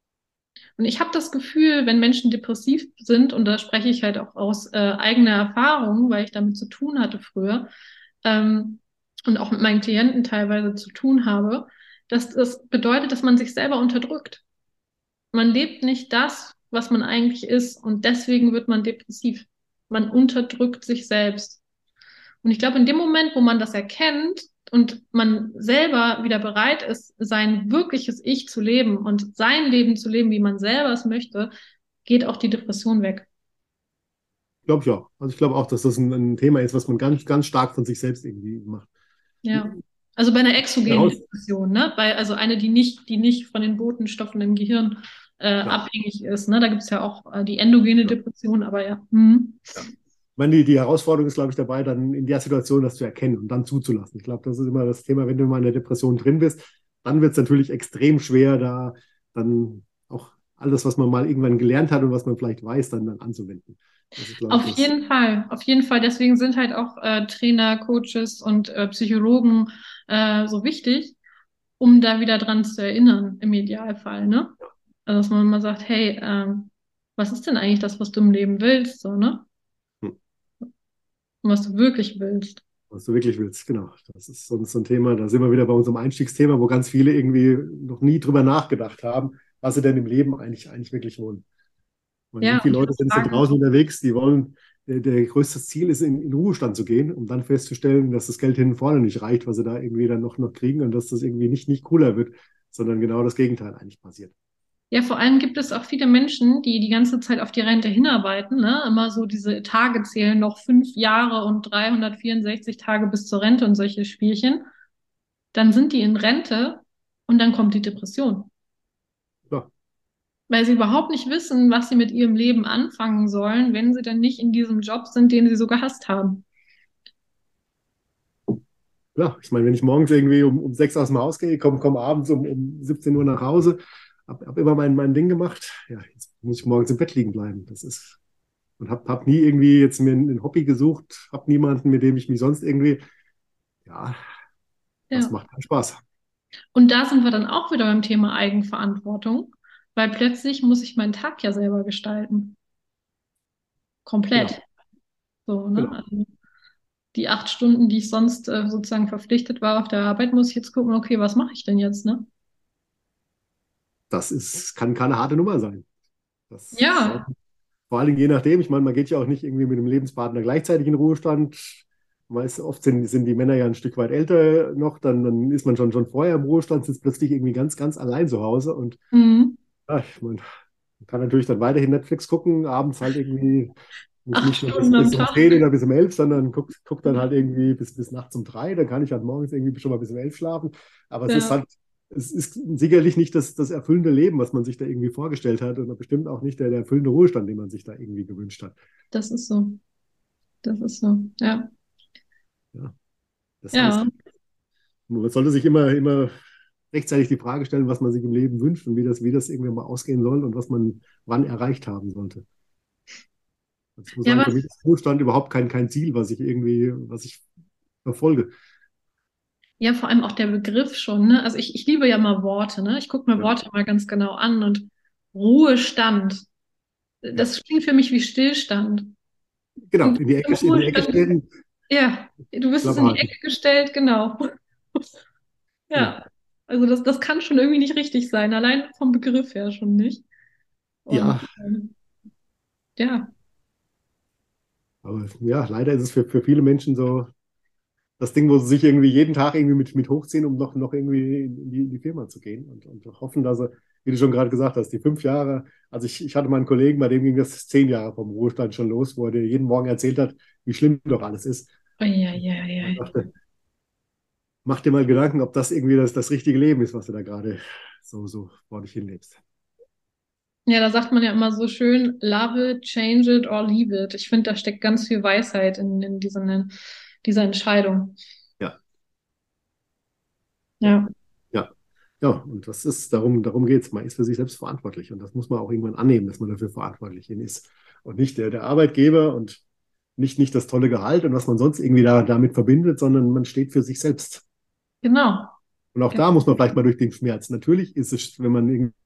Und ich habe das Gefühl, wenn Menschen depressiv sind, und da spreche ich halt auch aus eigener Erfahrung, weil ich damit zu tun hatte früher, ähm, und auch mit meinen Klienten teilweise zu tun habe, dass das bedeutet, dass man sich selber unterdrückt. Man lebt nicht das, was man eigentlich ist, und deswegen wird man depressiv. Man unterdrückt sich selbst. Und ich glaube, in dem Moment, wo man das erkennt und man selber wieder bereit ist, sein wirkliches Ich zu leben und sein Leben zu leben, wie man selber es möchte, geht auch die Depression weg. Glaube ich auch. Also ich glaube auch, dass das ein Thema ist, was man ganz stark von sich selbst irgendwie macht. Ja. Also bei einer exogenen Heraus, Depression, ne? Also eine, die nicht von den Botenstoffen im Gehirn klar. abhängig ist, ne? Da gibt es ja auch die endogene Ja. Depression, aber ja. Mhm. Ja. Ich meine, die Herausforderung ist, glaube ich, dabei, dann in der Situation das zu erkennen und dann zuzulassen. Ich glaube, das ist immer das Thema, wenn du mal in der Depression drin bist, dann wird es natürlich extrem schwer, da dann auch alles, was man mal irgendwann gelernt hat und was man vielleicht weiß, dann anzuwenden. Das ist, glaube ich, Auf jeden Fall, auf jeden Fall. Deswegen sind halt auch Trainer, Coaches und Psychologen so wichtig, um da wieder dran zu erinnern, im Idealfall, ne? Also, dass man mal sagt, hey, was ist denn eigentlich das, was du im Leben willst, so, ne? hm, Und was du wirklich willst. was du wirklich willst. Genau. Das ist so ein Thema, da sind wir wieder bei unserem Einstiegsthema, wo ganz viele irgendwie noch nie drüber nachgedacht haben, was sie denn im Leben eigentlich wirklich wollen. Und wie Ja, viele und Leute die sind Frage, draußen unterwegs, die wollen, der größte Ziel ist, in Ruhestand zu gehen, um dann festzustellen, dass das Geld hinten vorne nicht reicht, was sie da irgendwie dann noch kriegen und dass das irgendwie nicht cooler wird, sondern genau das Gegenteil eigentlich passiert. ja, vor allem gibt es auch viele Menschen, die die ganze Zeit auf die Rente hinarbeiten, ne? Immer so diese Tage zählen, noch 5 Jahre und 364 Tage bis zur Rente und solche Spielchen. Dann sind die in Rente und dann kommt die Depression. Ja, Weil sie überhaupt nicht wissen, was sie mit ihrem Leben anfangen sollen, wenn sie dann nicht in diesem Job sind, den sie so gehasst haben. klar. Ich meine, wenn ich morgens irgendwie um 6 aus dem Haus gehe, komm abends um 17 Uhr nach Hause, hab immer mein Ding gemacht. Ja, jetzt muss ich morgens im Bett liegen bleiben. Das ist, und hab nie irgendwie jetzt mir ein Hobby gesucht, hab niemanden, mit dem ich mich sonst irgendwie, ja, das Ja. macht keinen Spaß. Und da sind wir dann auch wieder beim Thema Eigenverantwortung, weil plötzlich muss ich meinen Tag ja selber gestalten. Genau, Komplett. So, ne? genau. Also die 8 Stunden, die ich sonst sozusagen verpflichtet war auf der Arbeit, muss ich jetzt gucken, okay, was mache ich denn jetzt, ne? Das ist, kann keine harte Nummer sein. Das ist Ja, vor allen Dingen je nachdem, ich meine, man geht ja auch nicht irgendwie mit einem Lebenspartner gleichzeitig in Ruhestand. Oft sind die Männer ja ein Stück weit älter noch, dann ist man schon vorher im Ruhestand, sitzt plötzlich irgendwie ganz allein zu Hause und mhm. ja, ich meine, man kann natürlich dann weiterhin Netflix gucken, abends halt irgendwie acht nicht nur Stunden am um Tag. 10 oder bis um 11, sondern guckt dann halt irgendwie bis nachts um 3. Dann kann ich halt morgens irgendwie schon mal bis um 11 schlafen. Aber es ist Ja, halt, es ist sicherlich nicht das erfüllende Leben, was man sich da irgendwie vorgestellt hat und bestimmt auch nicht der erfüllende Ruhestand, den man sich da irgendwie gewünscht hat. das ist so. Das ist so. Ja. Ja, das Ja. heißt, man sollte sich immer rechtzeitig die Frage stellen, was man sich im Leben wünscht und wie das irgendwie mal ausgehen soll und was man wann erreicht haben sollte. Also ich muss Ja, sagen, für mich was, ist Ruhestand überhaupt kein Ziel, was ich verfolge. ja, vor allem auch der Begriff schon, ne? Also ich liebe ja mal Worte, ne? Ich gucke mir Ja, Worte mal ganz genau an und Ruhestand, ja. das klingt für mich wie Stillstand. Genau, Und im in die Ecke Ruhestand, stellen, ja, du bist es Klappe in die halten. Ecke gestellt, genau. Genau. Ja. Also das kann schon irgendwie nicht richtig sein, allein vom Begriff her schon nicht. Und Ja, ja, aber ja, leider ist es für viele Menschen so das Ding, wo sie sich irgendwie jeden Tag irgendwie mit hochziehen, um noch irgendwie in die Firma zu gehen und hoffen, dass sie, wie du schon gerade gesagt hast, die 5 Jahre, also ich hatte mal einen Kollegen, bei dem ging das 10 Jahre vom Ruhestand schon los, wo er dir jeden Morgen erzählt hat, wie schlimm doch alles ist. Und ei. dachte, mach dir mal Gedanken, ob das irgendwie das richtige Leben ist, was du da gerade so vor dich hinlebst. Ja, da sagt man ja immer so schön, love it, change it or leave it. Ich finde, da steckt ganz viel Weisheit in dieser Entscheidung. Ja, ja, Ja, ja. Ja, und darum geht es. Man ist für sich selbst verantwortlich und das muss man auch irgendwann annehmen, dass man dafür verantwortlich ist. Und nicht der Arbeitgeber und nicht das tolle Gehalt und was man sonst irgendwie damit verbindet, sondern man steht für sich selbst. genau. Und auch da muss man vielleicht mal durch den Schmerz. Natürlich ist es, wenn man irgendwie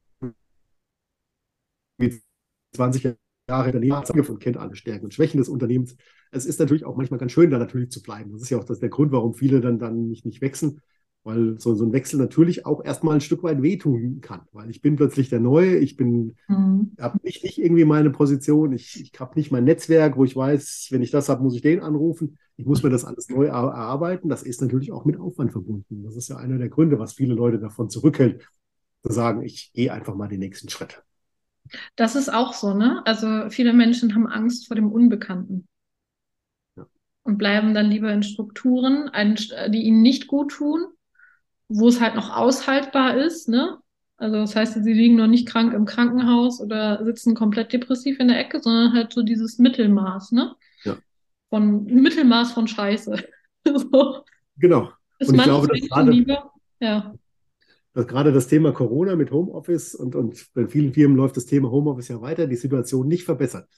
20 Jahre daneben hat und kennt alle Stärken und Schwächen des Unternehmens. Es ist natürlich auch manchmal ganz schön, da natürlich zu bleiben. Das ist ja auch der Grund, warum viele dann nicht wechseln, weil so ein Wechsel natürlich auch erstmal ein Stück weit wehtun kann. Weil ich bin plötzlich der Neue, Mhm. habe nicht irgendwie meine Position, ich habe nicht mein Netzwerk, wo ich weiß, wenn ich das habe, muss ich den anrufen. Ich muss mir das alles neu erarbeiten. Das ist natürlich auch mit Aufwand verbunden. Das ist ja einer der Gründe, was viele Leute davon zurückhält, zu sagen, ich gehe einfach mal den nächsten Schritt. Das ist auch so, ne? Also viele Menschen haben Angst vor dem Unbekannten Ja. und bleiben dann lieber in Strukturen, die ihnen nicht gut tun, wo es halt noch aushaltbar ist, ne? Also das heißt, sie liegen noch nicht krank im Krankenhaus oder sitzen komplett depressiv in der Ecke, sondern halt so dieses Mittelmaß, ne? Ja. Von Mittelmaß von Scheiße. So Genau. ist Und ich glaube, manchen dass Menschen gerade, lieber, ja. dass gerade das Thema Corona mit Homeoffice und bei vielen Firmen läuft das Thema Homeoffice ja weiter, die Situation nicht verbessert.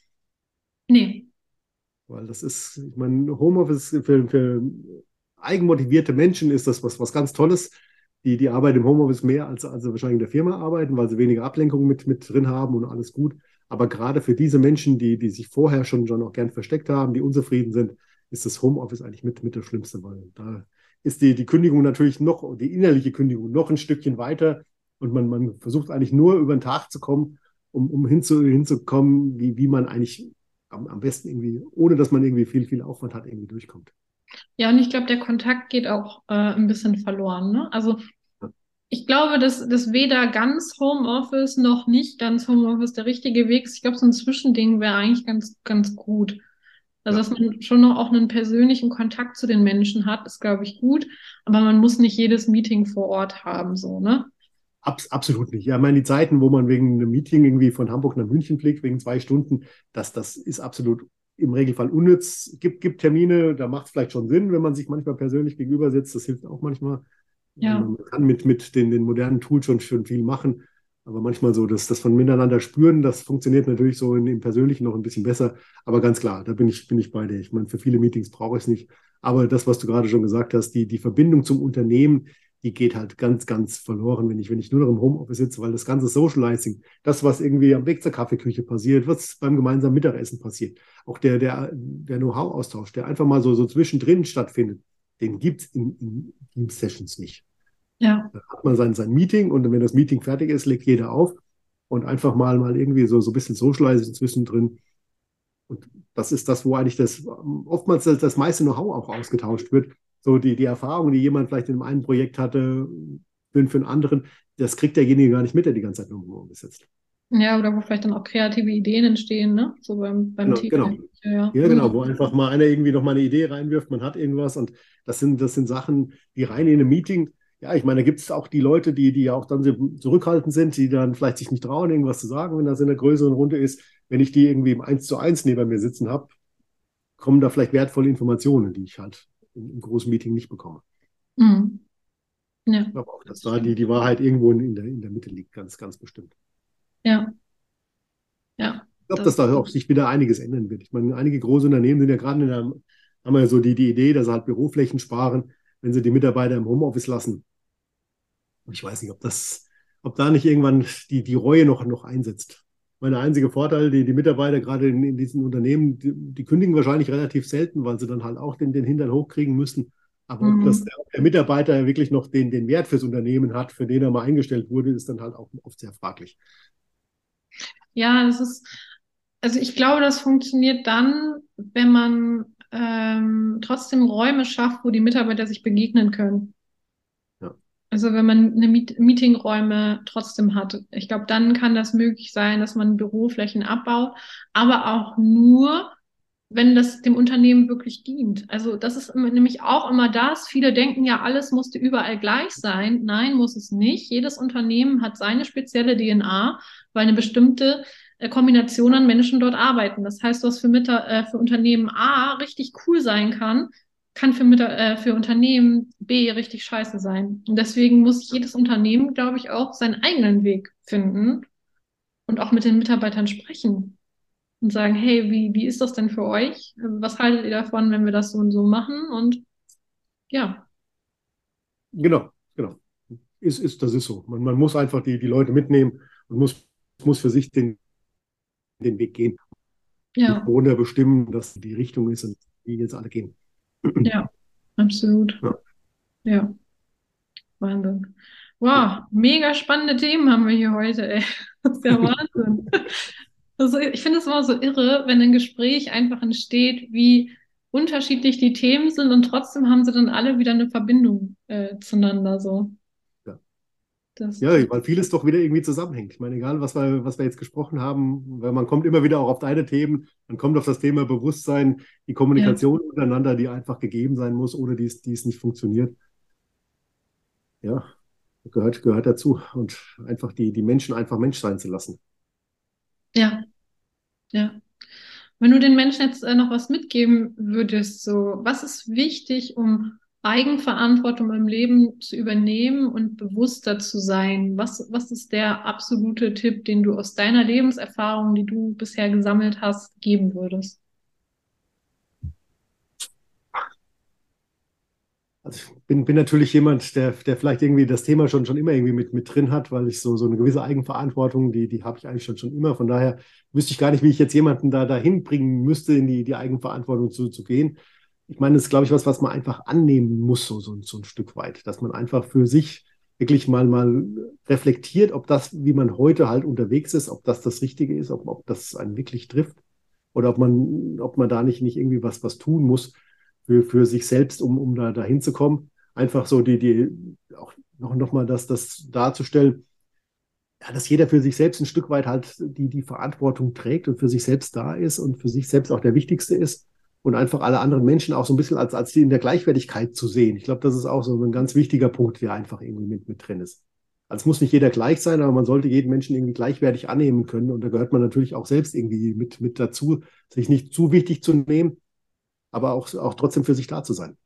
Nee. Weil das ist, ich meine, Homeoffice für eigenmotivierte Menschen ist das was ganz Tolles. Die arbeiten im Homeoffice mehr, als sie wahrscheinlich in der Firma arbeiten, weil sie weniger Ablenkung mit drin haben und alles gut. Aber gerade für diese Menschen, die sich vorher schon auch gern versteckt haben, die unzufrieden sind, ist das Homeoffice eigentlich mit das Schlimmste, weil da ist die Kündigung natürlich noch, die innerliche Kündigung noch ein Stückchen weiter und man versucht eigentlich nur über den Tag zu kommen, um hinzukommen, wie man eigentlich am besten irgendwie, ohne dass man irgendwie viel Aufwand hat, irgendwie durchkommt. Ja, und ich glaube, der Kontakt geht auch ein bisschen verloren, ne? Also ich glaube, dass weder ganz Homeoffice noch nicht ganz Homeoffice der richtige Weg ist. Ich glaube, so ein Zwischending wäre eigentlich ganz gut. Also, Ja. dass man schon noch auch einen persönlichen Kontakt zu den Menschen hat, ist, glaube ich, gut. Aber man muss nicht jedes Meeting vor Ort haben, so, ne? Absolut nicht. Ja, ich meine, die Zeiten, wo man wegen einem Meeting irgendwie von Hamburg nach München fliegt, wegen 2 Stunden, das ist absolut im Regelfall unnütz. Gibt Termine, da macht es vielleicht schon Sinn, wenn man sich manchmal persönlich gegenüber sitzt. Das hilft auch manchmal. Ja. Man kann mit den modernen Tools schon viel machen. Aber manchmal so, das von miteinander spüren, das funktioniert natürlich so im Persönlichen noch ein bisschen besser. Aber ganz klar, da bin ich bei dir. Ich meine, für viele Meetings brauche ich es nicht. Aber das, was du gerade schon gesagt hast, die Verbindung zum Unternehmen, die geht halt ganz verloren, wenn ich nur noch im Homeoffice sitze, weil das ganze Socializing, das, was irgendwie am Weg zur Kaffeeküche passiert, was beim gemeinsamen Mittagessen passiert, auch der Know-how-Austausch, der einfach mal so zwischendrin stattfindet, den gibt es in Team-Sessions nicht. Ja. Da hat man sein Meeting und wenn das Meeting fertig ist, legt jeder auf und einfach mal irgendwie so ein bisschen Socializing zwischendrin. Und das ist das, wo eigentlich oftmals das meiste Know-how auch ausgetauscht wird. So die Erfahrung, die jemand vielleicht in einem Projekt hatte, für einen anderen, das kriegt derjenige gar nicht mit, der die ganze Zeit nur umgesetzt. Ja, oder wo vielleicht dann auch kreative Ideen entstehen, ne? So beim Team. Genau. Ja. Ja, genau, wo einfach mal einer irgendwie noch mal eine Idee reinwirft, man hat irgendwas und das sind Sachen, die rein in einem Meeting, ja, ich meine, da gibt es auch die Leute, die ja auch dann so zurückhaltend sind, die dann vielleicht sich nicht trauen, irgendwas zu sagen, wenn das in einer größeren Runde ist. Wenn ich die irgendwie im 1:1 neben mir sitzen habe, kommen da vielleicht wertvolle Informationen, die ich halt im großen Meeting nicht bekomme. Mhm. Ja. Ich glaube auch, dass da die Wahrheit irgendwo in der Mitte liegt, ganz bestimmt. Ja. Ja. Ich glaube, dass da auch sich wieder einiges ändern wird. Ich meine, einige große Unternehmen sind ja gerade haben wir ja so die Idee, dass sie halt Büroflächen sparen, wenn sie die Mitarbeiter im Homeoffice lassen. Und ich weiß nicht, ob da nicht irgendwann die Reue noch einsetzt. Mein einziger Vorteil, die Mitarbeiter gerade in diesen Unternehmen, die kündigen wahrscheinlich relativ selten, weil sie dann halt auch den Hintern hochkriegen müssen. Aber ob der Mitarbeiter wirklich noch den Wert fürs Unternehmen hat, für den er mal eingestellt wurde, ist dann halt auch oft sehr fraglich. Ja, also ich glaube, das funktioniert dann, wenn man trotzdem Räume schafft, wo die Mitarbeiter sich begegnen können. Ja. Also wenn man eine Meetingräume trotzdem hat. Ich glaube, dann kann das möglich sein, dass man Büroflächen abbaut, aber auch nur, wenn das dem Unternehmen wirklich dient. Also das ist nämlich auch immer das. Viele denken ja, alles musste überall gleich sein. Nein, muss es nicht. Jedes Unternehmen hat seine spezielle DNA, weil eine bestimmte Kombination an Menschen dort arbeiten. Das heißt, was für Unternehmen A richtig cool sein kann für Unternehmen B richtig scheiße sein. Und deswegen muss jedes Unternehmen, glaube ich, auch seinen eigenen Weg finden und auch mit den Mitarbeitern sprechen und sagen, hey, wie ist das denn für euch? Was haltet ihr davon, wenn wir das so und so machen? Und ja. Genau. Das ist so. Man muss einfach die Leute mitnehmen und muss für sich den Weg gehen. Ja. Ohne bestimmen, dass die Richtung ist, in die jetzt alle gehen. Ja, absolut. Ja. Ja, Wahnsinn. Wow, mega spannende Themen haben wir hier heute, ey. Das ist ja Wahnsinn. Also ich finde es immer so irre, wenn ein Gespräch einfach entsteht, wie unterschiedlich die Themen sind und trotzdem haben sie dann alle wieder eine Verbindung zueinander. So. Ja. Das, Ja, weil vieles doch wieder irgendwie zusammenhängt. Ich meine, egal, was wir jetzt gesprochen haben, weil man kommt immer wieder auch auf deine Themen, man kommt auf das Thema Bewusstsein, die Kommunikation untereinander, die einfach gegeben sein muss, ohne die es nicht funktioniert. Ja, gehört dazu. Und einfach die Menschen einfach Mensch sein zu lassen. ja, ja. Wenn du den Menschen jetzt noch was mitgeben würdest, so, was ist wichtig, um Eigenverantwortung im Leben zu übernehmen und bewusster zu sein? Was ist der absolute Tipp, den du aus deiner Lebenserfahrung, die du bisher gesammelt hast, geben würdest? Also ich bin natürlich jemand, der vielleicht irgendwie das Thema schon immer irgendwie mit drin hat, weil ich so eine gewisse Eigenverantwortung, die habe ich eigentlich schon immer. Von daher wüsste ich gar nicht, wie ich jetzt jemanden dahin bringen müsste, in die Eigenverantwortung zu gehen. Ich meine, das ist, glaube ich, was man einfach annehmen muss, so ein Stück weit, dass man einfach für sich wirklich mal reflektiert, ob das, wie man heute halt unterwegs ist, ob das Richtige ist, ob das einen wirklich trifft oder ob man da nicht irgendwie was tun muss für sich selbst, um da hinzukommen. Einfach so auch noch mal das darzustellen, ja, dass jeder für sich selbst ein Stück weit halt die Verantwortung trägt und für sich selbst da ist und für sich selbst auch der Wichtigste ist und einfach alle anderen Menschen auch so ein bisschen als die in der Gleichwertigkeit zu sehen. Ich glaube, das ist auch so ein ganz wichtiger Punkt, der einfach irgendwie mit drin ist. Also es muss nicht jeder gleich sein, aber man sollte jeden Menschen irgendwie gleichwertig annehmen können und da gehört man natürlich auch selbst irgendwie mit dazu, sich nicht zu wichtig zu nehmen, aber auch trotzdem für sich da zu sein.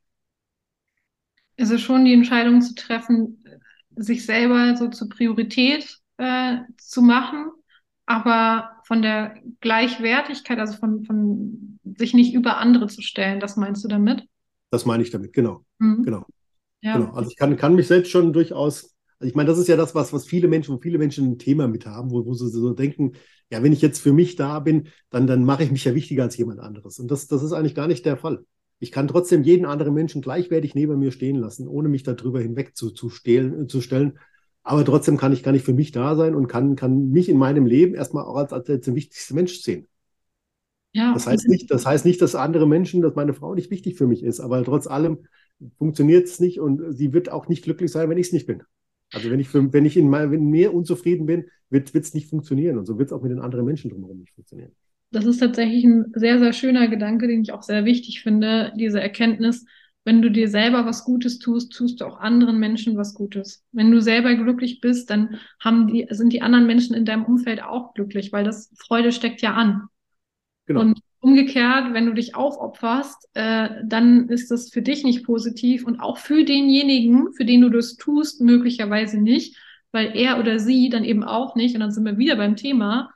Also schon die Entscheidung zu treffen, sich selber so zur Priorität zu machen, aber von der Gleichwertigkeit, also von sich nicht über andere zu stellen, das meinst du damit? Das meine ich damit, genau. Mhm. Genau. Ja. Genau. Also ich kann mich selbst schon durchaus, also ich meine, das ist ja das, wo viele Menschen ein Thema mit haben, wo sie so denken, ja, wenn ich jetzt für mich da bin, dann mache ich mich ja wichtiger als jemand anderes. Und das ist eigentlich gar nicht der Fall. Ich kann trotzdem jeden anderen Menschen gleichwertig neben mir stehen lassen, ohne mich darüber hinweg zu stellen. Aber trotzdem kann ich für mich da sein und kann mich in meinem Leben erstmal auch als der wichtigste Mensch sehen. Ja. Das heißt nicht, dass andere Menschen, dass meine Frau nicht wichtig für mich ist, aber trotz allem funktioniert es nicht und sie wird auch nicht glücklich sein, wenn ich es nicht bin. Also wenn ich in mir unzufrieden bin, wird es nicht funktionieren und so wird es auch mit den anderen Menschen drumherum nicht funktionieren. Das ist tatsächlich ein sehr, sehr schöner Gedanke, den ich auch sehr wichtig finde, diese Erkenntnis, wenn du dir selber was Gutes tust, tust du auch anderen Menschen was Gutes. Wenn du selber glücklich bist, dann sind die anderen Menschen in deinem Umfeld auch glücklich, weil das Freude steckt ja an. Genau. Und umgekehrt, wenn du dich aufopferst, dann ist das für dich nicht positiv und auch für denjenigen, für den du das tust, möglicherweise nicht, weil er oder sie dann eben auch nicht, und dann sind wir wieder beim Thema,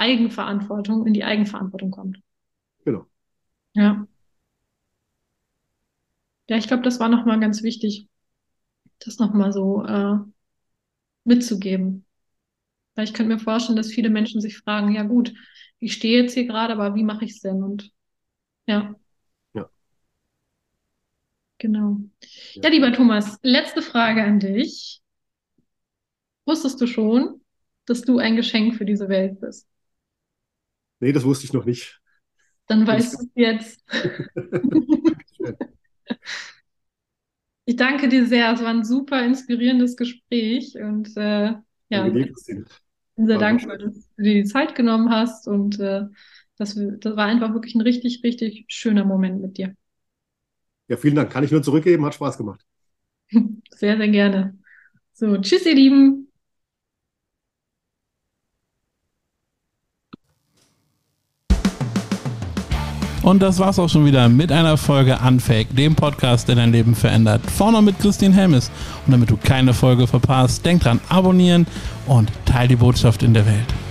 in die Eigenverantwortung kommt. Genau. Ja. Ja, ich glaube, das war nochmal ganz wichtig, das nochmal so mitzugeben. Weil ich könnte mir vorstellen, dass viele Menschen sich fragen, ja gut, ich stehe jetzt hier gerade, aber wie mache ich es denn? Und ja. Ja. Genau. Ja, lieber Thomas, letzte Frage an dich. Wusstest du schon, dass du ein Geschenk für diese Welt bist? Nee, das wusste ich noch nicht. Dann weißt du es jetzt. Ich danke dir sehr. Es war ein super inspirierendes Gespräch und ja, Danke dir, Christine. bin sehr dankbar, dass du dir die Zeit genommen hast und das war einfach wirklich ein richtig, richtig schöner Moment mit dir. Ja, vielen Dank. Kann ich nur zurückgeben. Hat Spaß gemacht. Sehr, sehr gerne. So, tschüss, ihr Lieben. Und das war's auch schon wieder mit einer Folge Unfake, dem Podcast, der dein Leben verändert. Vorne mit Christine Helmes. Und damit du keine Folge verpasst, denk dran, abonnieren und teil die Botschaft in der Welt.